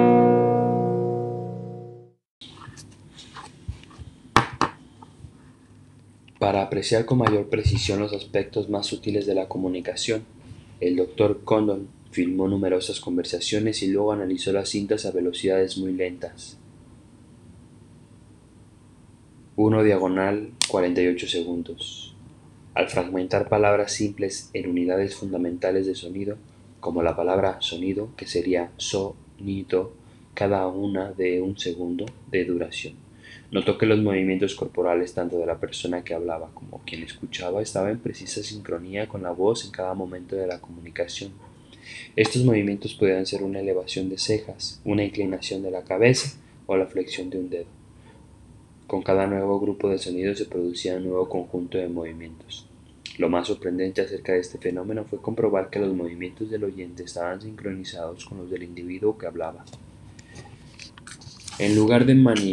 Speaker 1: Para apreciar con mayor precisión los aspectos más sutiles de la comunicación, el Dr. Condon Filmó numerosas conversaciones y luego analizó las cintas a velocidades muy lentas. 1/48 segundos. Al fragmentar palabras simples en unidades fundamentales de sonido, como la palabra sonido, que sería sonido, cada una de un segundo de duración. Notó que los movimientos corporales tanto de la persona que hablaba como quien escuchaba estaban en precisa sincronía con la voz en cada momento de la comunicación. Estos movimientos podían ser una elevación de cejas, una inclinación de la cabeza o la flexión de un dedo. Con cada nuevo grupo de sonidos se producía un nuevo conjunto de movimientos. Lo más sorprendente acerca de este fenómeno fue comprobar que los movimientos del oyente estaban sincronizados con los del individuo que hablaba. En lugar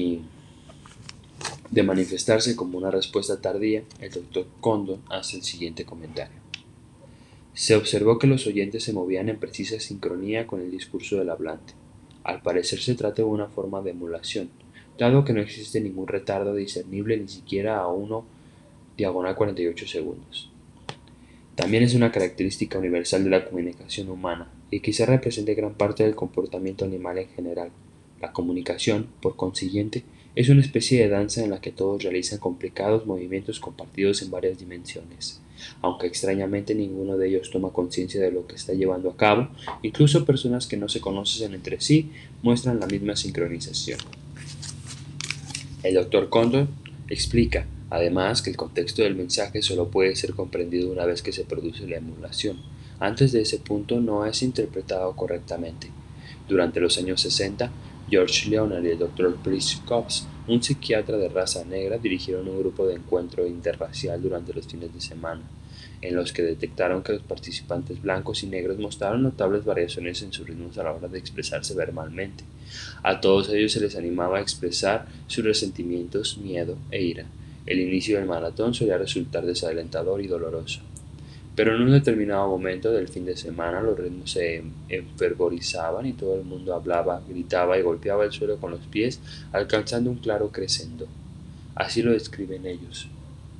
Speaker 1: de manifestarse como una respuesta tardía, el Dr. Condon hace el siguiente comentario. Se observó que los oyentes se movían en precisa sincronía con el discurso del hablante. Al parecer se trata de una forma de emulación, dado que no existe ningún retardo discernible ni siquiera a 1/48 segundos. También es una característica universal de la comunicación humana y quizá represente gran parte del comportamiento animal en general. La comunicación, por consiguiente, es una especie de danza en la que todos realizan complicados movimientos compartidos en varias dimensiones. Aunque extrañamente ninguno de ellos toma conciencia de lo que está llevando a cabo, incluso personas que no se conocen entre sí muestran la misma sincronización. El Dr. Condon explica, además, que el contexto del mensaje solo puede ser comprendido una vez que se produce la emulación. Antes de ese punto no es interpretado correctamente. Durante los años 60, George Leonard y el Dr. Chris Cox, un psiquiatra de raza negra, dirigieron un grupo de encuentro interracial durante los fines de semana, en los que detectaron que los participantes blancos y negros mostraron notables variaciones en sus ritmos a la hora de expresarse verbalmente. A todos ellos se les animaba a expresar sus resentimientos, miedo e ira. El inicio del maratón solía resultar desalentador y doloroso. Pero en un determinado momento del fin de semana los ritmos se enfervorizaban y todo el mundo hablaba, gritaba y golpeaba el suelo con los pies, alcanzando un claro crescendo. Así lo describen ellos.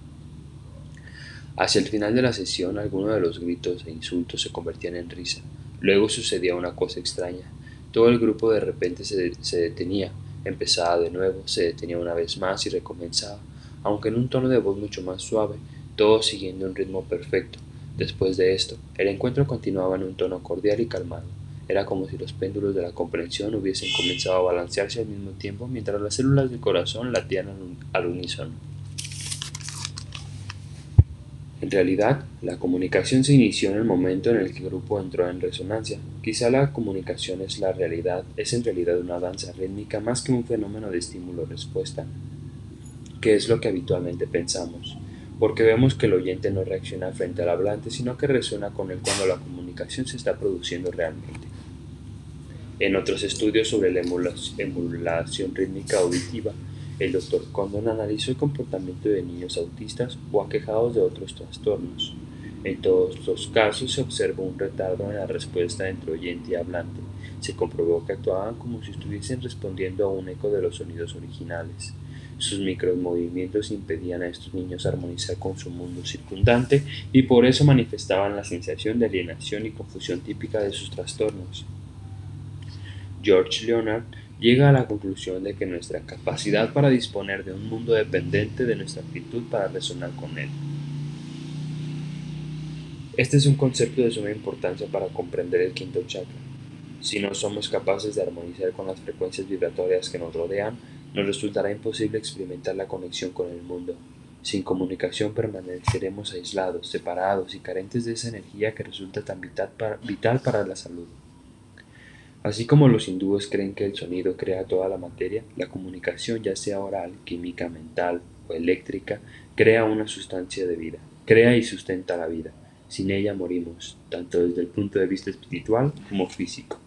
Speaker 1: Hacia el final de la sesión, algunos de los gritos e insultos se convertían en risa. Luego sucedía una cosa extraña. Todo el grupo de repente se detenía, empezaba de nuevo, se detenía una vez más y recomenzaba, aunque en un tono de voz mucho más suave, todo siguiendo un ritmo perfecto. Después de esto, el encuentro continuaba en un tono cordial y calmado. Era como si los péndulos de la comprensión hubiesen comenzado a balancearse al mismo tiempo mientras las células del corazón latían al unísono. En realidad, la comunicación se inició en el momento en el que el grupo entró en resonancia. Quizá la comunicación es en realidad una danza rítmica más que un fenómeno de estímulo-respuesta, que es lo que habitualmente pensamos, porque vemos que el oyente no reacciona frente al hablante, sino que resuena con él cuando la comunicación se está produciendo realmente. En otros estudios sobre la emulación rítmica auditiva, el Dr. Condon analizó el comportamiento de niños autistas o aquejados de otros trastornos. En todos los casos se observó un retardo en la respuesta entre oyente y hablante. Se comprobó que actuaban como si estuviesen respondiendo a un eco de los sonidos originales. Sus micromovimientos impedían a estos niños armonizar con su mundo circundante y por eso manifestaban la sensación de alienación y confusión típica de sus trastornos. George Leonard llega a la conclusión de que nuestra capacidad para disponer de un mundo depende de nuestra actitud para resonar con él. Este es un concepto de suma importancia para comprender el quinto chakra. Si no somos capaces de armonizar con las frecuencias vibratorias que nos rodean, nos resultará imposible experimentar la conexión con el mundo. Sin comunicación permaneceremos aislados, separados y carentes de esa energía que resulta tan vital para la salud. Así como los hindúes creen que el sonido crea toda la materia, la comunicación, ya sea oral, química, mental o eléctrica, crea una sustancia de vida, crea y sustenta la vida. Sin ella morimos, tanto desde el punto de vista espiritual como físico.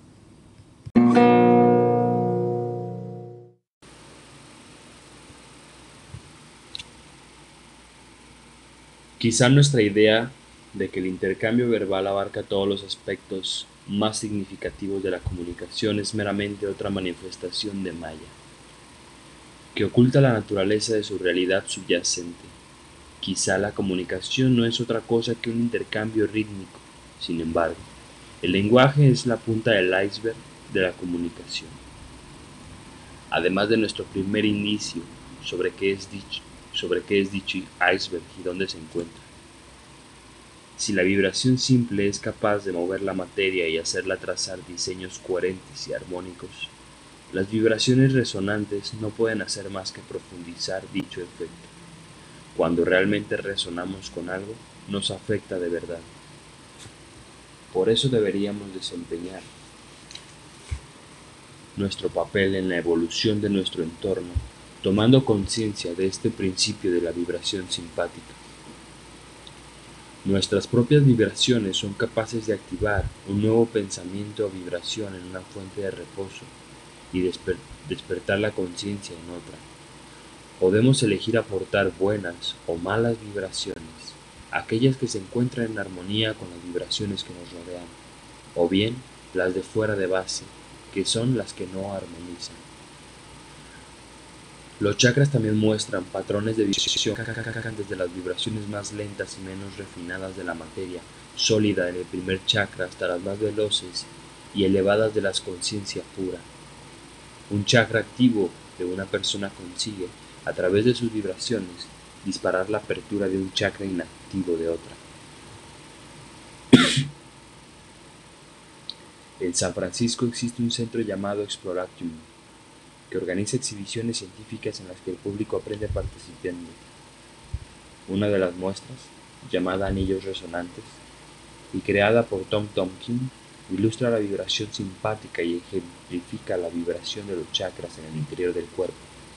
Speaker 1: Quizá nuestra idea de que el intercambio verbal abarca todos los aspectos más significativos de la comunicación es meramente otra manifestación de Maya, que oculta la naturaleza de su realidad subyacente. Quizá la comunicación no es otra cosa que un intercambio rítmico. Sin embargo, El lenguaje es la punta del iceberg de la comunicación. Además de nuestro primer inicio sobre qué es dicho iceberg y dónde se encuentra. Si la vibración simple es capaz de mover la materia y hacerla trazar diseños coherentes y armónicos, las vibraciones resonantes no pueden hacer más que profundizar dicho efecto. Cuando realmente resonamos con algo, nos afecta de verdad. Por eso deberíamos desempeñar nuestro papel en la evolución de nuestro entorno, tomando conciencia de este principio de la vibración simpática. Nuestras propias vibraciones son capaces de activar un nuevo pensamiento o vibración en una fuente de reposo y despertar la conciencia en otra. Podemos elegir aportar buenas o malas vibraciones, aquellas que se encuentran en armonía con las vibraciones que nos rodean, o bien las de fuera de base, que son las que no armonizan. Los chakras también muestran patrones de vibración desde las vibraciones más lentas y menos refinadas de la materia sólida en el primer chakra hasta las más veloces y elevadas de la conciencia pura. Un chakra activo de una persona consigue, a través de sus vibraciones, disparar la apertura de un chakra inactivo de otra. En San Francisco existe un centro llamado Exploratium, que organiza exhibiciones científicas en las que el público aprende participando. Una de las muestras, llamada Anillos Resonantes, y creada por Tom Tompkin, ilustra la vibración simpática y ejemplifica la vibración de los chakras en el interior del cuerpo.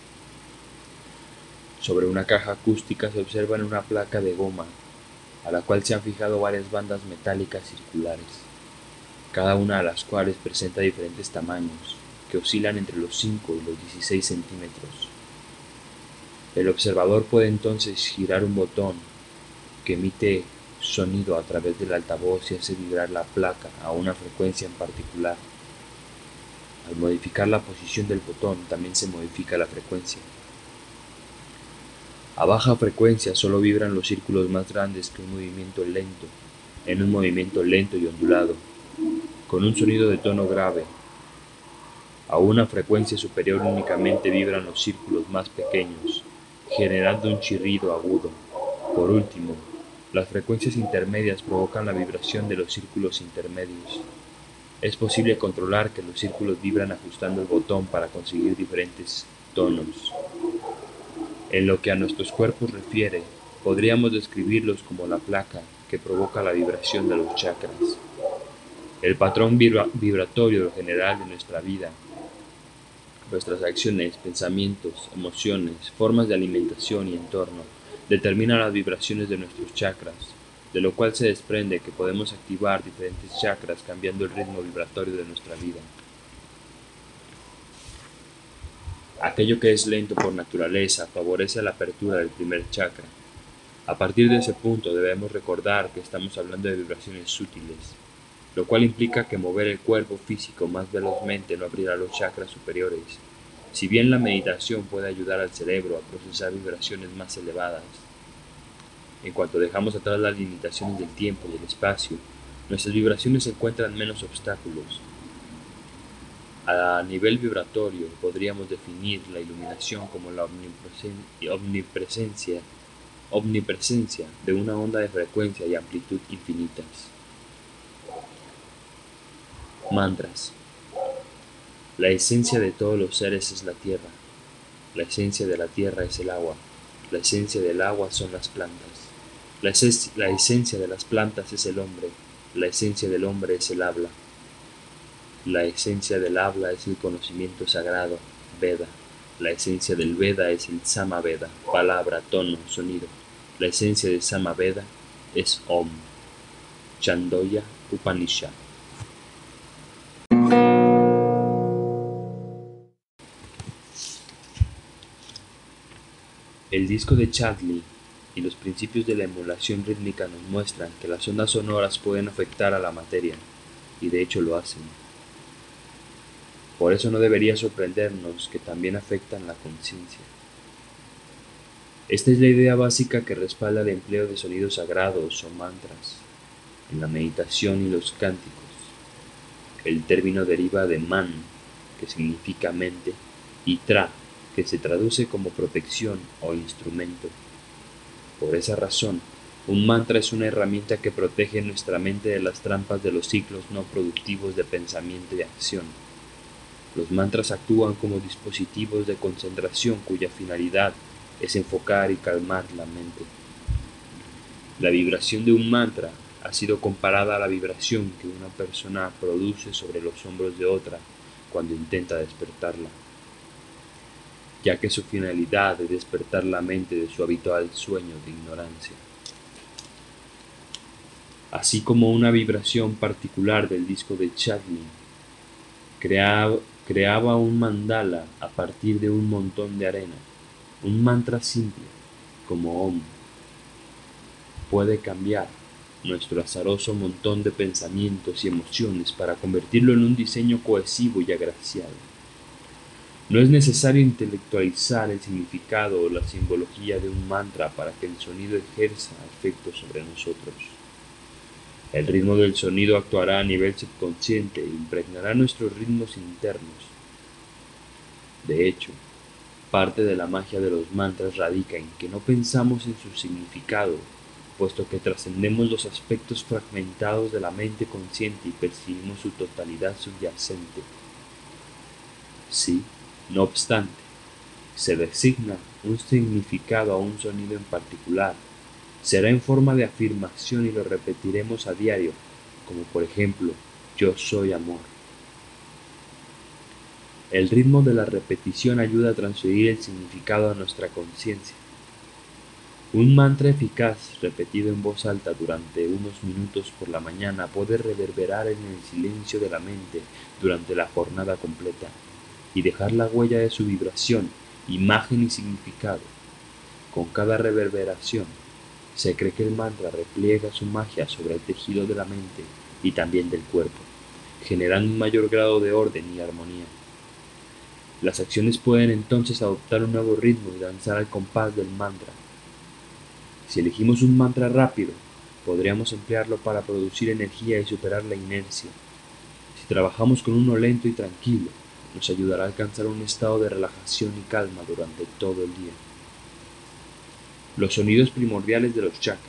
Speaker 1: Sobre una caja acústica se observa una placa de goma, a la cual se han fijado varias bandas metálicas circulares, cada una de las cuales presenta diferentes tamaños, que oscilan entre los 5 y los 16 centímetros. El observador puede entonces girar un botón que emite sonido a través del altavoz y hace vibrar la placa a una frecuencia en particular. Al modificar la posición del botón también se modifica la frecuencia. A baja frecuencia solo vibran los círculos más grandes que un movimiento lento y ondulado, con un sonido de tono grave. A una frecuencia superior únicamente vibran los círculos más pequeños, generando un chirrido agudo. Por último, las frecuencias intermedias provocan la vibración de los círculos intermedios. Es posible controlar que los círculos vibran ajustando el botón para conseguir diferentes tonos. En lo que a nuestros cuerpos refiere, podríamos describirlos como la placa que provoca la vibración de los chakras. El patrón vibratorio general de nuestra vida, nuestras acciones, pensamientos, emociones, formas de alimentación y entorno, determina las vibraciones de nuestros chakras, de lo cual se desprende que podemos activar diferentes chakras cambiando el ritmo vibratorio de nuestra vida. Aquello que es lento por naturaleza favorece la apertura del primer chakra. A partir de ese punto debemos recordar que estamos hablando de vibraciones sutiles, lo cual implica que mover el cuerpo físico más velozmente no abrirá los chakras superiores. Si bien la meditación puede ayudar al cerebro a procesar vibraciones más elevadas, en cuanto dejamos atrás las limitaciones del tiempo y el espacio, nuestras vibraciones encuentran menos obstáculos. A nivel vibratorio, podríamos definir la iluminación como la omnipresencia de una onda de frecuencia y amplitud infinitas. Mantras. La esencia de todos los seres es la tierra. La esencia de la tierra es el agua. La esencia del agua son las plantas. La esencia de las plantas es el hombre. La esencia del hombre es el habla. La esencia del habla es el conocimiento sagrado, Veda. La esencia del Veda es el Samaveda, palabra, tono, sonido. La esencia del Samaveda es Om. Chandogya Upanishad. El disco de Chadley y los principios de la emulación rítmica nos muestran que las ondas sonoras pueden afectar a la materia, y de hecho lo hacen. Por eso no debería sorprendernos que también afectan la conciencia. Esta es la idea básica que respalda el empleo de sonidos sagrados o mantras en la meditación y los cánticos. El término deriva de man, que significa mente, y tra, que se traduce como protección o instrumento. Por esa razón, un mantra es una herramienta que protege nuestra mente de las trampas de los ciclos no productivos de pensamiento y acción. Los mantras actúan como dispositivos de concentración cuya finalidad es enfocar y calmar la mente. La vibración de un mantra ha sido comparada a la vibración que una persona produce sobre los hombros de otra cuando intenta despertarla, ya que su finalidad es despertar la mente de su habitual sueño de ignorancia. Así como una vibración particular del disco de Chaplin creaba un mandala a partir de un montón de arena, un mantra simple, como Om, puede cambiar nuestro azaroso montón de pensamientos y emociones para convertirlo en un diseño cohesivo y agraciado. No es necesario intelectualizar el significado o la simbología de un mantra para que el sonido ejerza efecto sobre nosotros. El ritmo del sonido actuará a nivel subconsciente e impregnará nuestros ritmos internos. De hecho, parte de la magia de los mantras radica en que no pensamos en su significado, puesto que trascendemos los aspectos fragmentados de la mente consciente y percibimos su totalidad subyacente. Sí, no obstante, se designa un significado a un sonido en particular, será en forma de afirmación y lo repetiremos a diario, como por ejemplo, yo soy amor. El ritmo de la repetición ayuda a transferir el significado a nuestra conciencia. Un mantra eficaz repetido en voz alta durante unos minutos por la mañana puede reverberar en el silencio de la mente durante la jornada completa y dejar la huella de su vibración, imagen y significado. Con cada reverberación, se cree que el mantra repliega su magia sobre el tejido de la mente y también del cuerpo, generando un mayor grado de orden y armonía. Las acciones pueden entonces adoptar un nuevo ritmo y danzar al compás del mantra. Si elegimos un mantra rápido, podríamos emplearlo para producir energía y superar la inercia. Si trabajamos con uno lento y tranquilo, nos ayudará a alcanzar un estado de relajación y calma durante todo el día. Los sonidos primordiales de los chakras.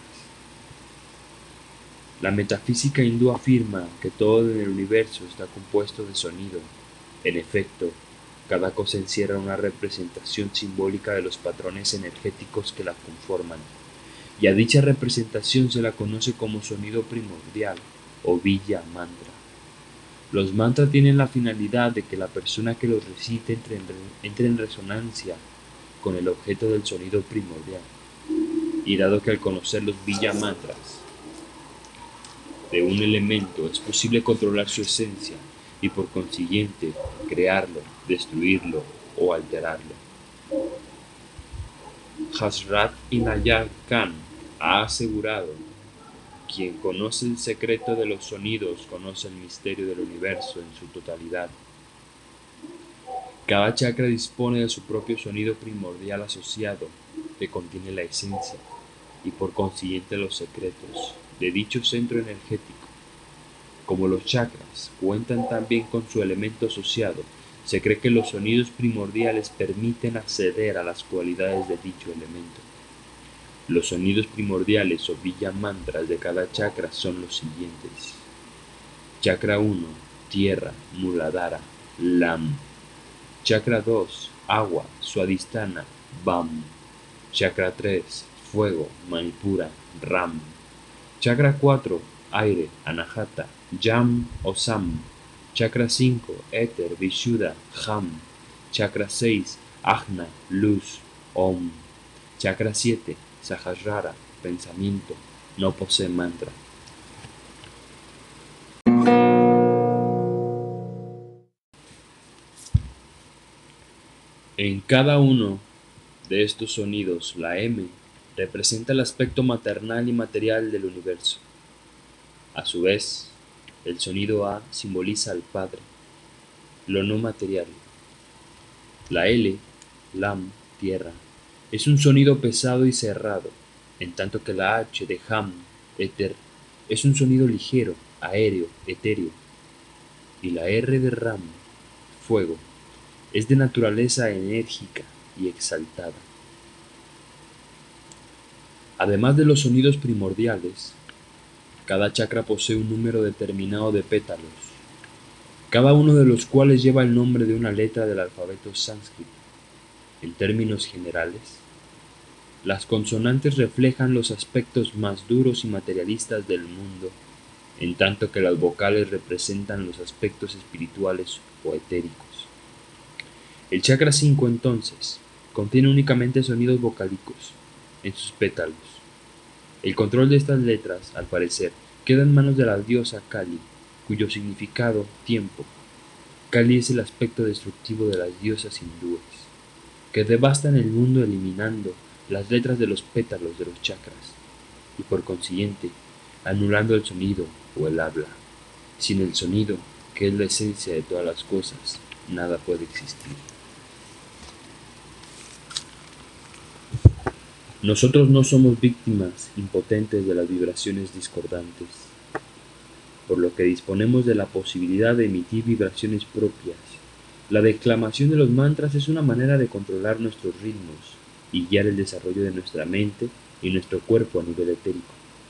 Speaker 1: La metafísica hindú afirma que todo en el universo está compuesto de sonido. En efecto, cada cosa encierra una representación simbólica de los patrones energéticos que la conforman, y a dicha representación se la conoce como sonido primordial o Bija mantra. Los mantras tienen la finalidad de que la persona que los recite entre en resonancia con el objeto del sonido primordial, y dado que al conocer los Bija mantras de un elemento es posible controlar su esencia y por consiguiente crearlo, destruirlo o alterarlo. Hazrat Inayat Khan ha asegurado: quien conoce el secreto de los sonidos conoce el misterio del universo en su totalidad. Cada chakra dispone de su propio sonido primordial asociado, que contiene la esencia y por consiguiente los secretos de dicho centro energético. Como los chakras cuentan también con su elemento asociado, se cree que los sonidos primordiales permiten acceder a las cualidades de dicho elemento. Los sonidos primordiales o Bija mantras de cada chakra son los siguientes: Chakra 1, tierra, Muladhara, Lam. Chakra 2, agua, Swadhisthana, Bam. Chakra 3, fuego, Manipura, Ram. Chakra 4, aire, Anahata, Yam o Sam. Chakra 5, éter, Vishuddha, Jam. Chakra 6, Ajna, luz, Om. Chakra 7, Sahasrara, pensamiento, no posee mantra. En cada uno de estos sonidos, la M representa el aspecto maternal y material del universo. A su vez, el sonido A simboliza al Padre, lo no material. La L, Lam, tierra, es un sonido pesado y cerrado, en tanto que la H de Ham, éter, es un sonido ligero, aéreo, etéreo. y la R de Ram, fuego, es de naturaleza enérgica y exaltada. Además de los sonidos primordiales, cada chakra posee un número determinado de pétalos, cada uno de los cuales lleva el nombre de una letra del alfabeto sánscrito. En términos generales, las consonantes reflejan los aspectos más duros y materialistas del mundo, en tanto que las vocales representan los aspectos espirituales o etéricos. El chakra 5, entonces, contiene únicamente sonidos vocálicos en sus pétalos. El control de estas letras, al parecer, queda en manos de la diosa Kali, cuyo significado, tiempo. Kali es el aspecto destructivo de las diosas hindúes, que devastan el mundo eliminando las letras de los pétalos de los chakras, y por consiguiente, anulando el sonido o el habla. Sin el sonido, que es la esencia de todas las cosas, nada puede existir. Nosotros no somos víctimas impotentes de las vibraciones discordantes, por lo que disponemos de la posibilidad de emitir vibraciones propias. La declamación de los mantras es una manera de controlar nuestros ritmos y guiar el desarrollo de nuestra mente y nuestro cuerpo a nivel etérico.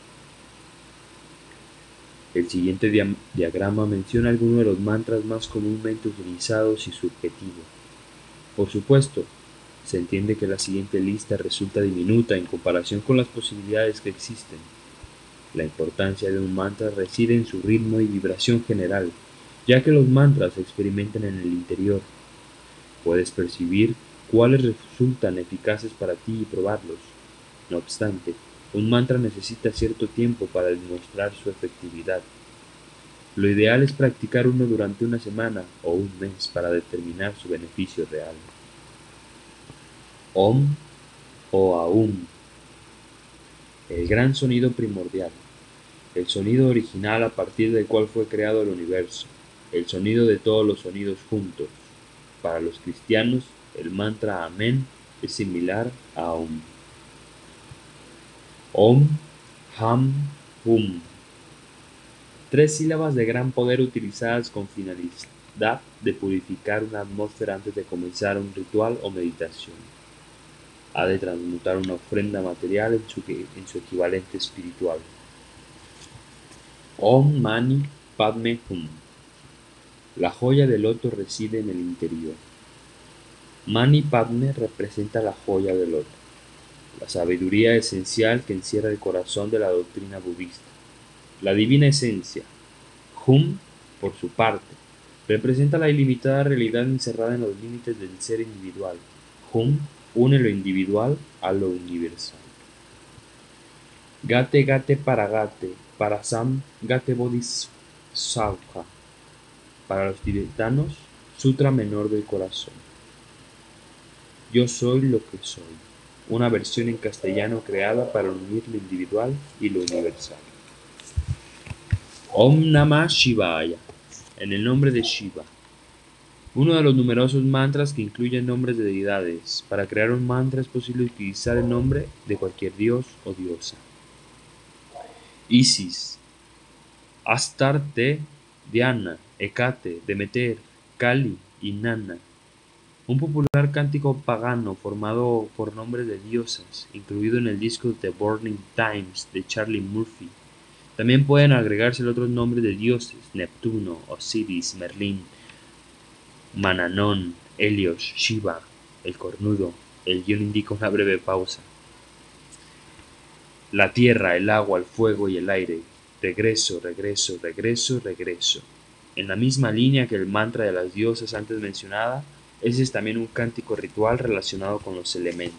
Speaker 1: El siguiente diagrama menciona algunos de los mantras más comúnmente utilizados y su objetivo. Por supuesto, se entiende que la siguiente lista resulta diminuta en comparación con las posibilidades que existen. La importancia de un mantra reside en su ritmo y vibración general, ya que los mantras se experimentan en el interior. Puedes percibir cuáles resultan eficaces para ti y probarlos. No obstante, un mantra necesita cierto tiempo para demostrar su efectividad. Lo ideal es practicar uno durante una semana o un mes para determinar su beneficio real. Om o Aum, el gran sonido primordial, el sonido original a partir del cual fue creado el universo, el sonido de todos los sonidos juntos. Para los cristianos, el mantra Amén es similar a Om. Om, Ham, Hum. 3 sílabas de gran poder utilizadas con finalidad de purificar una atmósfera antes de comenzar un ritual o meditación. Ha de transmutar una ofrenda material en su equivalente espiritual. Om Mani Padme Hum. La joya del loto reside en el interior. Mani Padme representa la joya del loto, la sabiduría esencial que encierra el corazón de la doctrina budista. La divina esencia, Hum, por su parte, representa la ilimitada realidad encerrada en los límites del ser individual. Hum une lo individual a lo universal. Gate Gate Paragate, Parasam Gate Bodhisattva. Para los tibetanos, Sutra Menor del Corazón. Yo soy lo que soy, una versión en castellano creada para unir lo individual y lo universal. Om Namah Shivaya, en el nombre de Shiva. Uno de los numerosos mantras que incluyen nombres de deidades. Para crear un mantra es posible utilizar el nombre de cualquier dios o diosa. Isis, Astarte, Diana, Hecate, Demeter, Kali y Nana. Un popular cántico pagano formado por nombres de diosas, incluido en el disco The Burning Times de Charlie Murphy. También pueden agregarse otros nombres de dioses: Neptuno, Osiris, Merlín, Mananón, Helios, Shiva, el cornudo. El guión indica una breve pausa. La tierra, el agua, el fuego y el aire. Regreso, regreso, regreso, regreso. En la misma línea que el mantra de las diosas antes mencionada, ese es también un cántico ritual relacionado con los elementos.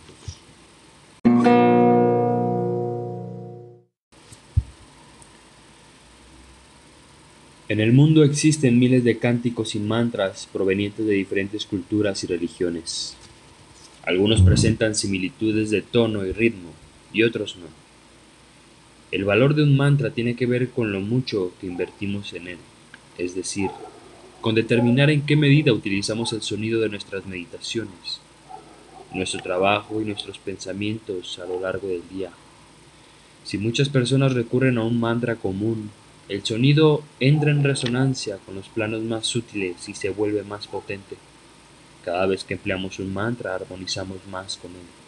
Speaker 1: En el mundo existen miles de cánticos y mantras provenientes de diferentes culturas y religiones. Algunos presentan similitudes de tono y ritmo, y otros no. El valor de un mantra tiene que ver con lo mucho que invertimos en él, es decir, con determinar en qué medida utilizamos el sonido de nuestras meditaciones, nuestro trabajo y nuestros pensamientos a lo largo del día. Si muchas personas recurren a un mantra común, El sonido entra en resonancia con los planos más sutiles y se vuelve más potente. Cada vez que empleamos un mantra, armonizamos más con él.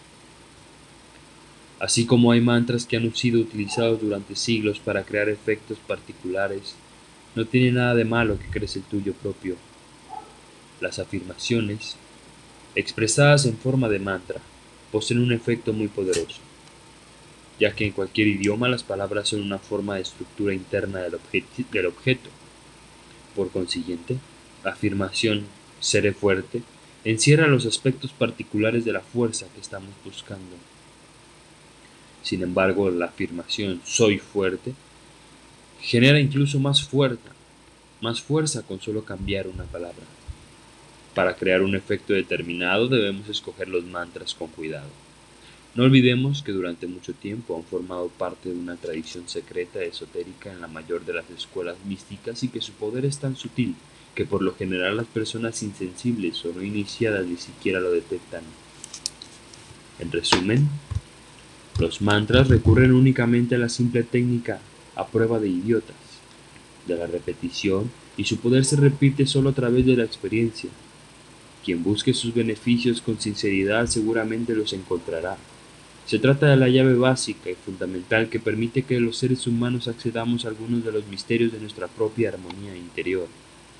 Speaker 1: Así como hay mantras que han sido utilizados durante siglos para crear efectos particulares, no tiene nada de malo que crees el tuyo propio. Las afirmaciones, expresadas en forma de mantra, poseen un efecto muy poderoso, ya que en cualquier idioma las palabras son una forma de estructura interna del objeto. Por consiguiente, la afirmación "seré fuerte" encierra los aspectos particulares de la fuerza que estamos buscando. Sin embargo, la afirmación "soy fuerte" genera incluso más fuerza con solo cambiar una palabra. Para crear un efecto determinado debemos escoger los mantras con cuidado. No olvidemos que durante mucho tiempo han formado parte de una tradición secreta esotérica en la mayor de las escuelas místicas y que su poder es tan sutil que por lo general las personas insensibles o no iniciadas ni siquiera lo detectan. En resumen, los mantras recurren únicamente a la simple técnica a prueba de idiotas, de la repetición, y su poder se repite solo a través de la experiencia. Quien busque sus beneficios con sinceridad seguramente los encontrará. Se trata de la llave básica y fundamental que permite que los seres humanos accedamos a algunos de los misterios de nuestra propia armonía interior.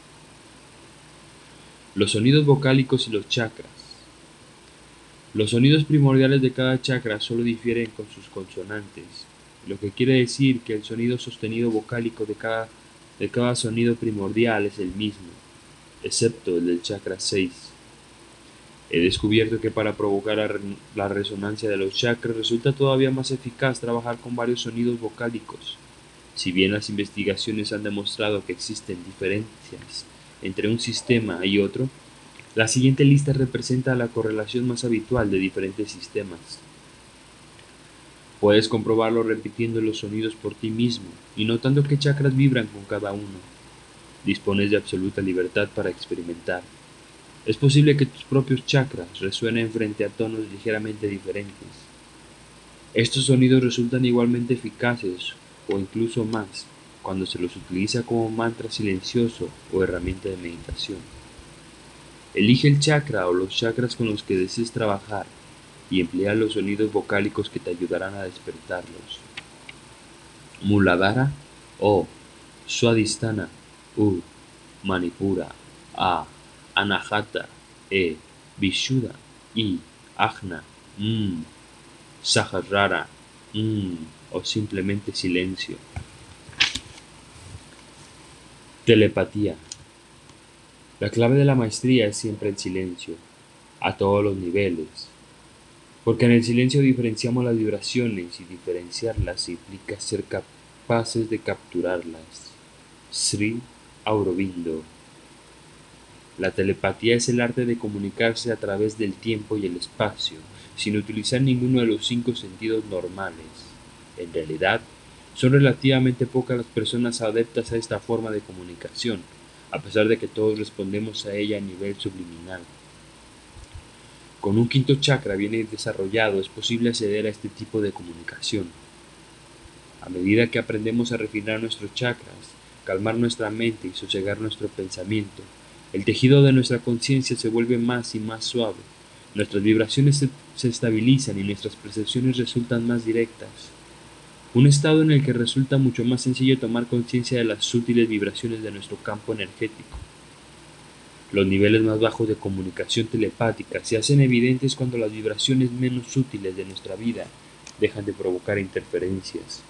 Speaker 1: Los sonidos vocálicos y los chakras. Los sonidos primordiales de cada chakra solo difieren con sus consonantes, lo que quiere decir que el sonido sostenido vocálico de cada sonido primordial es el mismo, excepto el del chakra 6. He descubierto que para provocar la resonancia de los chakras resulta todavía más eficaz trabajar con varios sonidos vocálicos. Si bien las investigaciones han demostrado que existen diferencias entre un sistema y otro, la siguiente lista representa la correlación más habitual de diferentes sistemas. Puedes comprobarlo repitiendo los sonidos por ti mismo y notando qué chakras vibran con cada uno. Dispones de absoluta libertad para experimentar. Es posible que tus propios chakras resuenen frente a tonos ligeramente diferentes. Estos sonidos resultan igualmente eficaces o incluso más cuando se los utiliza como mantra silencioso o herramienta de meditación. Elige el chakra o los chakras con los que desees trabajar y emplea los sonidos vocálicos que te ayudarán a despertarlos. Muladhara o Swadhisthana U Manipura A Anahata E Vishuddha I Ajna Sahasrara o simplemente silencio. Telepatía. La clave de la maestría es siempre el silencio, a todos los niveles, porque en el silencio diferenciamos las vibraciones y diferenciarlas implica ser capaces de capturarlas. Sri Aurobindo. La telepatía es el arte de comunicarse a través del tiempo y el espacio, sin utilizar ninguno de los 5 sentidos normales. En realidad, son relativamente pocas las personas adeptas a esta forma de comunicación, a pesar de que todos respondemos a ella a nivel subliminal. Con un quinto chakra bien desarrollado es posible acceder a este tipo de comunicación. A medida que aprendemos a refinar nuestros chakras, calmar nuestra mente y sosegar nuestro pensamiento, el tejido de nuestra conciencia se vuelve más y más suave, nuestras vibraciones se estabilizan y nuestras percepciones resultan más directas. Un estado en el que resulta mucho más sencillo tomar conciencia de las sutiles vibraciones de nuestro campo energético. Los niveles más bajos de comunicación telepática se hacen evidentes cuando las vibraciones menos sutiles de nuestra vida dejan de provocar interferencias.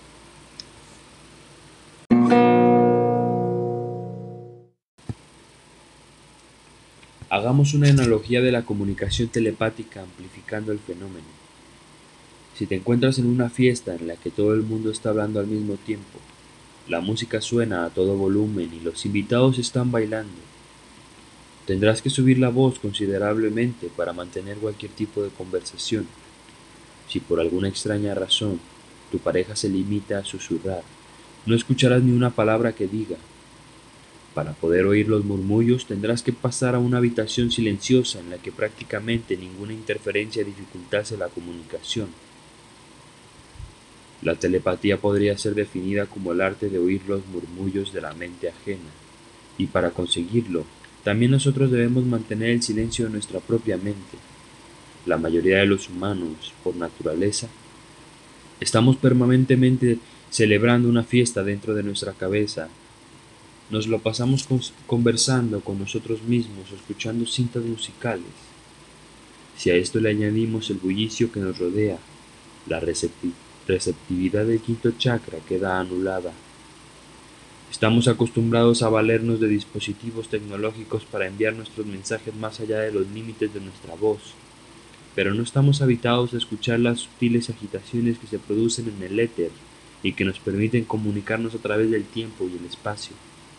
Speaker 1: Hagamos una analogía de la comunicación telepática amplificando el fenómeno. Si te encuentras en una fiesta en la que todo el mundo está hablando al mismo tiempo, la música suena a todo volumen y los invitados están bailando, tendrás que subir la voz considerablemente para mantener cualquier tipo de conversación. Si por alguna extraña razón tu pareja se limita a susurrar, no escucharás ni una palabra que diga. Para poder oír los murmullos tendrás que pasar a una habitación silenciosa en la que prácticamente ninguna interferencia dificultase la comunicación. La telepatía podría ser definida como el arte de oír los murmullos de la mente ajena, y para conseguirlo, también nosotros debemos mantener el silencio de nuestra propia mente. La mayoría de los humanos, por naturaleza, estamos permanentemente celebrando una fiesta dentro de nuestra cabeza. Nos lo pasamos conversando con nosotros mismos o escuchando cintas musicales. Si a esto le añadimos el bullicio que nos rodea, la receptividad del quinto chakra queda anulada. Estamos acostumbrados a valernos de dispositivos tecnológicos para enviar nuestros mensajes más allá de los límites de nuestra voz, pero no estamos habituados a escuchar las sutiles agitaciones que se producen en el éter y que nos permiten comunicarnos a través del tiempo y el espacio.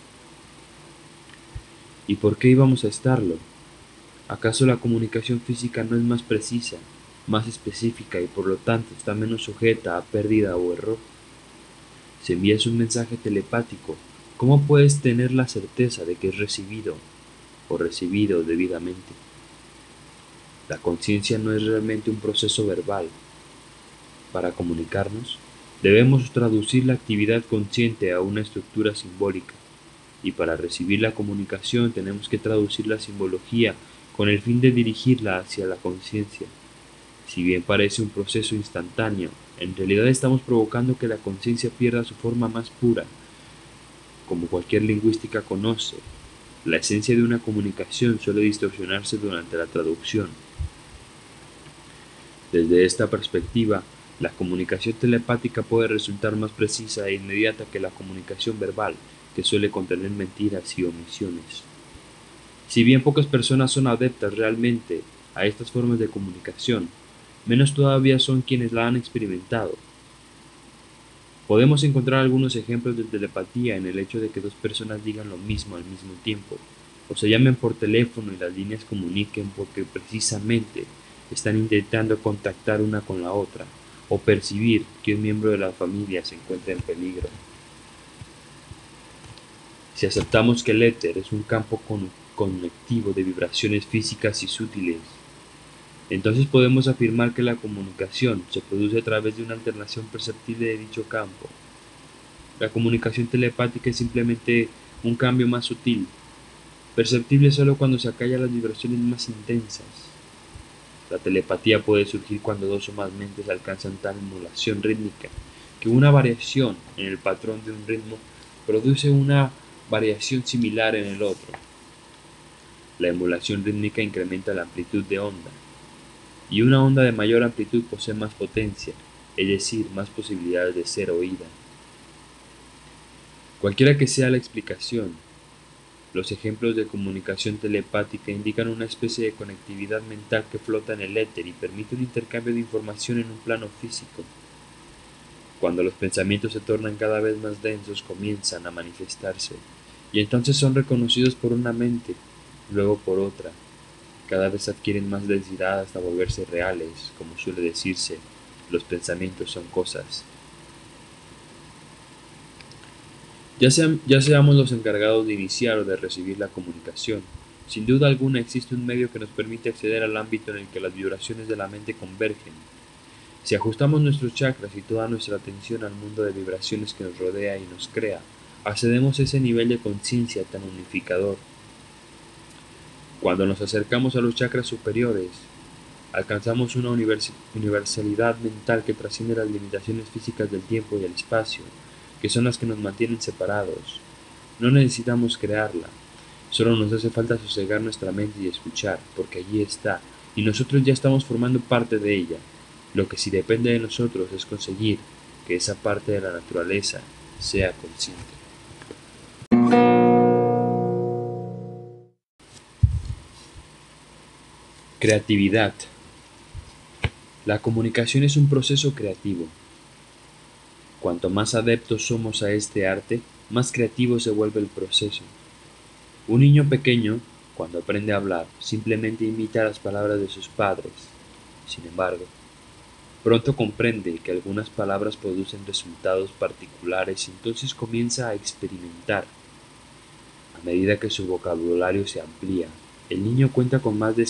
Speaker 1: ¿Y por qué íbamos a estarlo? ¿Acaso la comunicación física no es más precisa, más específica y por lo tanto está menos sujeta a pérdida o error? Si envías un mensaje telepático, ¿cómo puedes tener la certeza de que es recibido o recibido debidamente? La conciencia no es realmente un proceso verbal. Para comunicarnos, debemos traducir la actividad consciente a una estructura simbólica, y para recibir la comunicación tenemos que traducir la simbología con el fin de dirigirla hacia la conciencia. Si bien parece un proceso instantáneo, en realidad estamos provocando que la conciencia pierda su forma más pura. Como cualquier lingüística conoce, la esencia de una comunicación suele distorsionarse durante la traducción. Desde esta perspectiva, la comunicación telepática puede resultar más precisa e inmediata que la comunicación verbal, que suele contener mentiras y omisiones. Si bien pocas personas son adeptas realmente a estas formas de comunicación, menos todavía son quienes la han experimentado. Podemos encontrar algunos ejemplos de telepatía en el hecho de que dos personas digan lo mismo al mismo tiempo, o se llamen por teléfono y las líneas comuniquen porque precisamente están intentando contactar una con la otra, o percibir que un miembro de la familia se encuentra en peligro. Si aceptamos que el éter es un campo conectivo de vibraciones físicas y sutiles, entonces podemos afirmar que la comunicación se produce a través de una alternación perceptible de dicho campo. La comunicación telepática es simplemente un cambio más sutil, perceptible solo cuando se acallan las vibraciones más intensas. La telepatía puede surgir cuando dos o más mentes alcanzan tal emulación rítmica que una variación en el patrón de un ritmo produce una variación similar en el otro. La emulación rítmica incrementa la amplitud de onda, y una onda de mayor amplitud posee más potencia, es decir, más posibilidades de ser oída. Cualquiera que sea la explicación, los ejemplos de comunicación telepática indican una especie de conectividad mental que flota en el éter y permite un intercambio de información en un plano físico. Cuando los pensamientos se tornan cada vez más densos, comienzan a manifestarse, y entonces son reconocidos por una mente, luego por otra. Cada vez adquieren más densidad hasta volverse reales, como suele decirse, los pensamientos son cosas. Ya seamos los encargados de iniciar o de recibir la comunicación, sin duda alguna existe un medio que nos permite acceder al ámbito en el que las vibraciones de la mente convergen. Si ajustamos nuestros chakras y toda nuestra atención al mundo de vibraciones que nos rodea y nos crea, accedemos a ese nivel de conciencia tan unificador. Cuando nos acercamos a los chakras superiores, alcanzamos una universalidad mental que trasciende las limitaciones físicas del tiempo y el espacio, que son las que nos mantienen separados. No necesitamos crearla, solo nos hace falta sosegar nuestra mente y escuchar, porque allí está, y nosotros ya estamos formando parte de ella. Lo que sí depende de nosotros es conseguir que esa parte de la naturaleza sea consciente. Creatividad. La comunicación es un proceso creativo. Cuanto más adeptos somos a este arte, más creativo se vuelve el proceso. Un niño pequeño, cuando aprende a hablar, simplemente imita las palabras de sus padres. Sin embargo, pronto comprende que algunas palabras producen resultados particulares y entonces comienza a experimentar. A medida que su vocabulario se amplía, el niño cuenta con más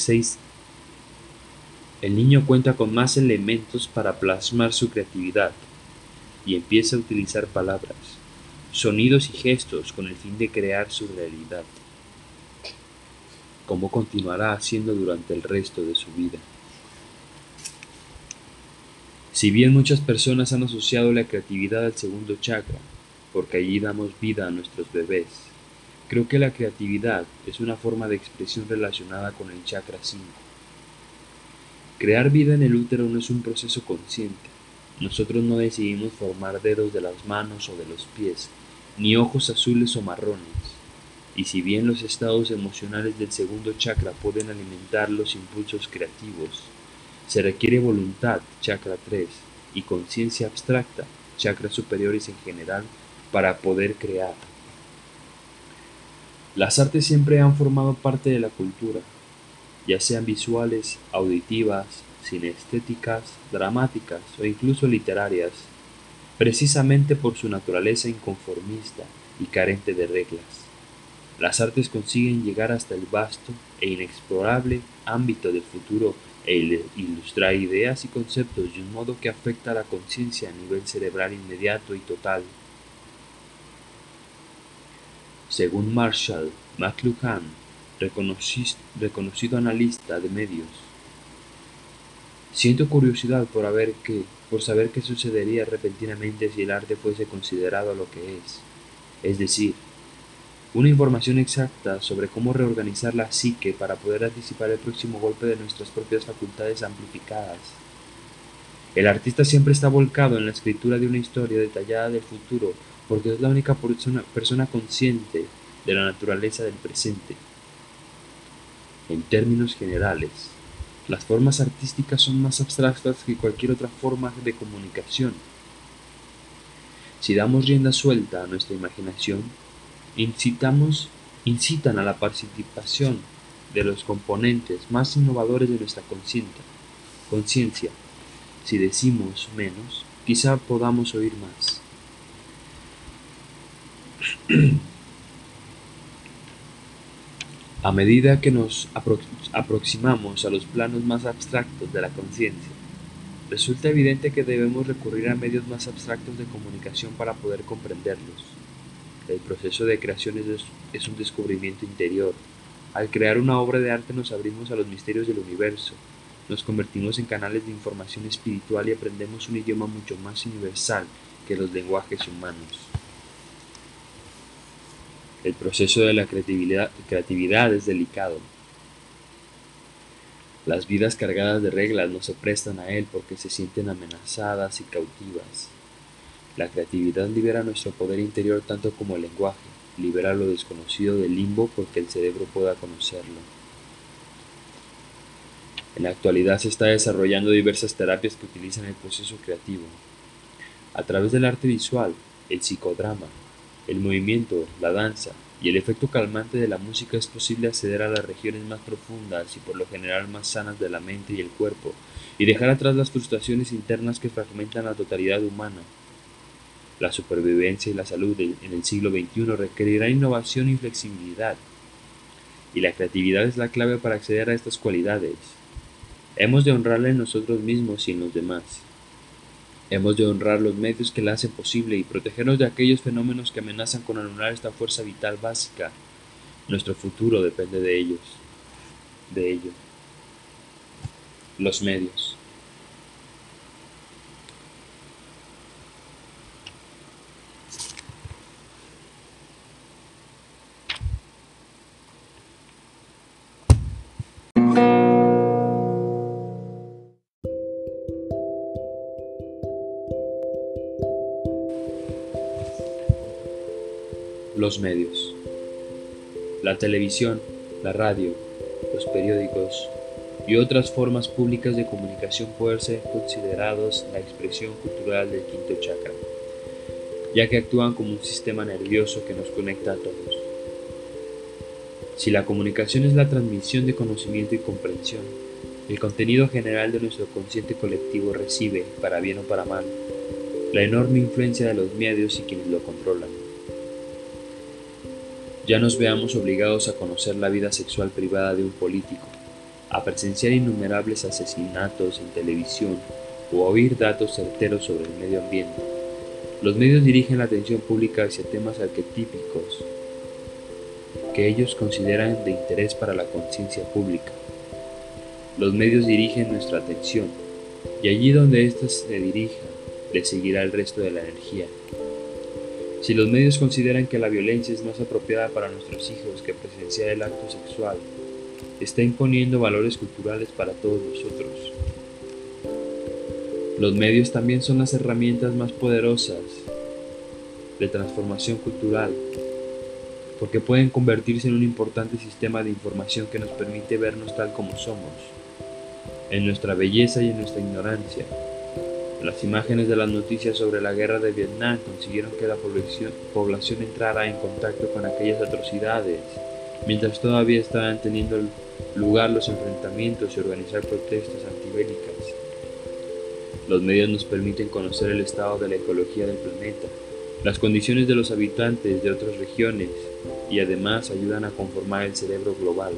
Speaker 1: elementos para plasmar su creatividad.
Speaker 2: y empieza a utilizar palabras, sonidos y gestos con el fin de crear su realidad, como continuará haciendo durante el resto de su vida. Si bien muchas personas han asociado la creatividad al segundo chakra, porque allí damos vida a nuestros bebés, creo que la creatividad es una forma de expresión relacionada con el chakra 5. Crear vida en el útero no es un proceso consciente. Nosotros no decidimos formar dedos de las manos o de los pies, ni ojos azules o marrones. Y si bien los estados emocionales del segundo chakra pueden alimentar los impulsos creativos, se requiere voluntad, chakra 3, y conciencia abstracta, chakras superiores en general, para poder crear. Las artes siempre han formado parte de la cultura, ya sean visuales, auditivas, cinestéticas, dramáticas o incluso literarias, precisamente por su naturaleza inconformista y carente de reglas. Las artes consiguen llegar hasta el vasto e inexplorable ámbito del futuro e ilustrar ideas y conceptos de un modo que afecta a la conciencia a nivel cerebral inmediato y total. Según Marshall McLuhan, reconocido analista de medios, siento curiosidad por saber qué sucedería repentinamente si el arte fuese considerado lo que es decir, una información exacta sobre cómo reorganizar la psique para poder anticipar el próximo golpe de nuestras propias facultades amplificadas. El artista siempre está volcado en la escritura de una historia detallada del futuro porque es la única persona consciente de la naturaleza del presente. En términos generales, las formas artísticas son más abstractas que cualquier otra forma de comunicación. Si damos rienda suelta a nuestra imaginación, incitan a la participación de los componentes más innovadores de nuestra conciencia. Si decimos menos, quizá podamos oír más. A medida que nos aproximamos a los planos más abstractos de la conciencia, resulta evidente que debemos recurrir a medios más abstractos de comunicación para poder comprenderlos. El proceso de creación es un descubrimiento interior. Al crear una obra de arte nos abrimos a los misterios del universo, nos convertimos en canales de información espiritual y aprendemos un idioma mucho más universal que los lenguajes humanos. El proceso de la creatividad es delicado. Las vidas cargadas de reglas no se prestan a él porque se sienten amenazadas y cautivas. La creatividad libera nuestro poder interior tanto como el lenguaje, libera lo desconocido del limbo porque el cerebro pueda conocerlo. En la actualidad se está desarrollando diversas terapias que utilizan el proceso creativo. A través del arte visual, el psicodrama, el movimiento, la danza y el efecto calmante de la música es posible acceder a las regiones más profundas y por lo general más sanas de la mente y el cuerpo, y dejar atrás las frustraciones internas que fragmentan la totalidad humana. La supervivencia y la salud en el siglo XXI requerirán innovación y flexibilidad, y la creatividad es la clave para acceder a estas cualidades. Hemos de honrarla en nosotros mismos y en los demás. Hemos de honrar los medios que la hacen posible y protegernos de aquellos fenómenos que amenazan con anular esta fuerza vital básica. Nuestro futuro depende de ellos, de ello. Los medios. Los medios. La televisión, la radio, los periódicos y otras formas públicas de comunicación pueden ser considerados la expresión cultural del quinto chakra, ya que actúan como un sistema nervioso que nos conecta a todos. Si la comunicación es la transmisión de conocimiento y comprensión, el contenido general de nuestro consciente colectivo recibe, para bien o para mal, la enorme influencia de los medios y quienes lo controlan. Ya nos veamos obligados a conocer la vida sexual privada de un político, a presenciar innumerables asesinatos en televisión o a oír datos certeros sobre el medio ambiente. Los medios dirigen la atención pública hacia temas arquetípicos que ellos consideran de interés para la conciencia pública. Los medios dirigen nuestra atención, y allí donde ésta se dirija, le seguirá el resto de la energía. Si los medios consideran que la violencia es más apropiada para nuestros hijos que presenciar el acto sexual, está imponiendo valores culturales para todos nosotros. Los medios también son las herramientas más poderosas de transformación cultural, porque pueden convertirse en un importante sistema de información que nos permite vernos tal como somos, en nuestra belleza y en nuestra ignorancia. Las imágenes de las noticias sobre la guerra de Vietnam consiguieron que la población entrara en contacto con aquellas atrocidades, mientras todavía estaban teniendo lugar los enfrentamientos y organizar protestas antibélicas. Los medios nos permiten conocer el estado de la ecología del planeta, las condiciones de los habitantes de otras regiones, y además ayudan a conformar el cerebro global.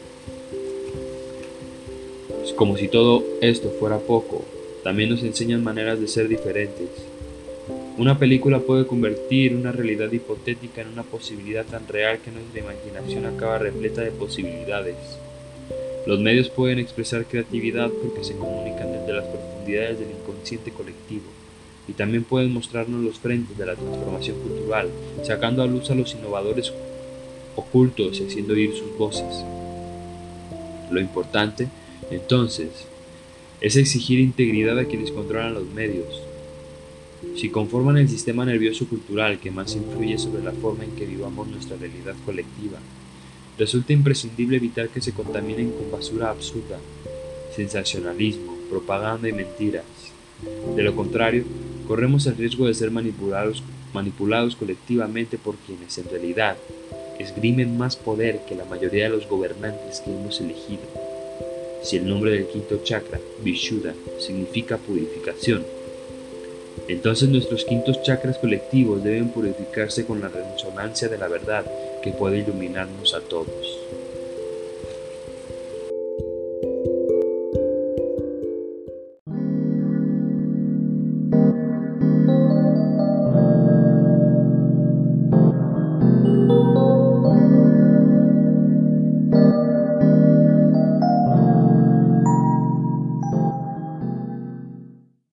Speaker 2: Como si todo esto fuera poco, también nos enseñan maneras de ser diferentes. Una película puede convertir una realidad hipotética en una posibilidad tan real que nuestra imaginación acaba repleta de posibilidades. Los medios pueden expresar creatividad porque se comunican desde las profundidades del inconsciente colectivo, y también pueden mostrarnos los frentes de la transformación cultural, sacando a luz a los innovadores ocultos y haciendo oír sus voces. Lo importante, entonces, es exigir integridad a quienes controlan los medios. Si conforman el sistema nervioso cultural que más influye sobre la forma en que vivamos nuestra realidad colectiva, resulta imprescindible evitar que se contaminen con basura absurda, sensacionalismo, propaganda y mentiras. De lo contrario, corremos el riesgo de ser manipulados colectivamente por quienes en realidad esgrimen más poder que la mayoría de los gobernantes que hemos elegido. Si el nombre del quinto chakra, Vishuddha, significa purificación, entonces nuestros quintos chakras colectivos deben purificarse con la resonancia de la verdad que puede iluminarnos a todos.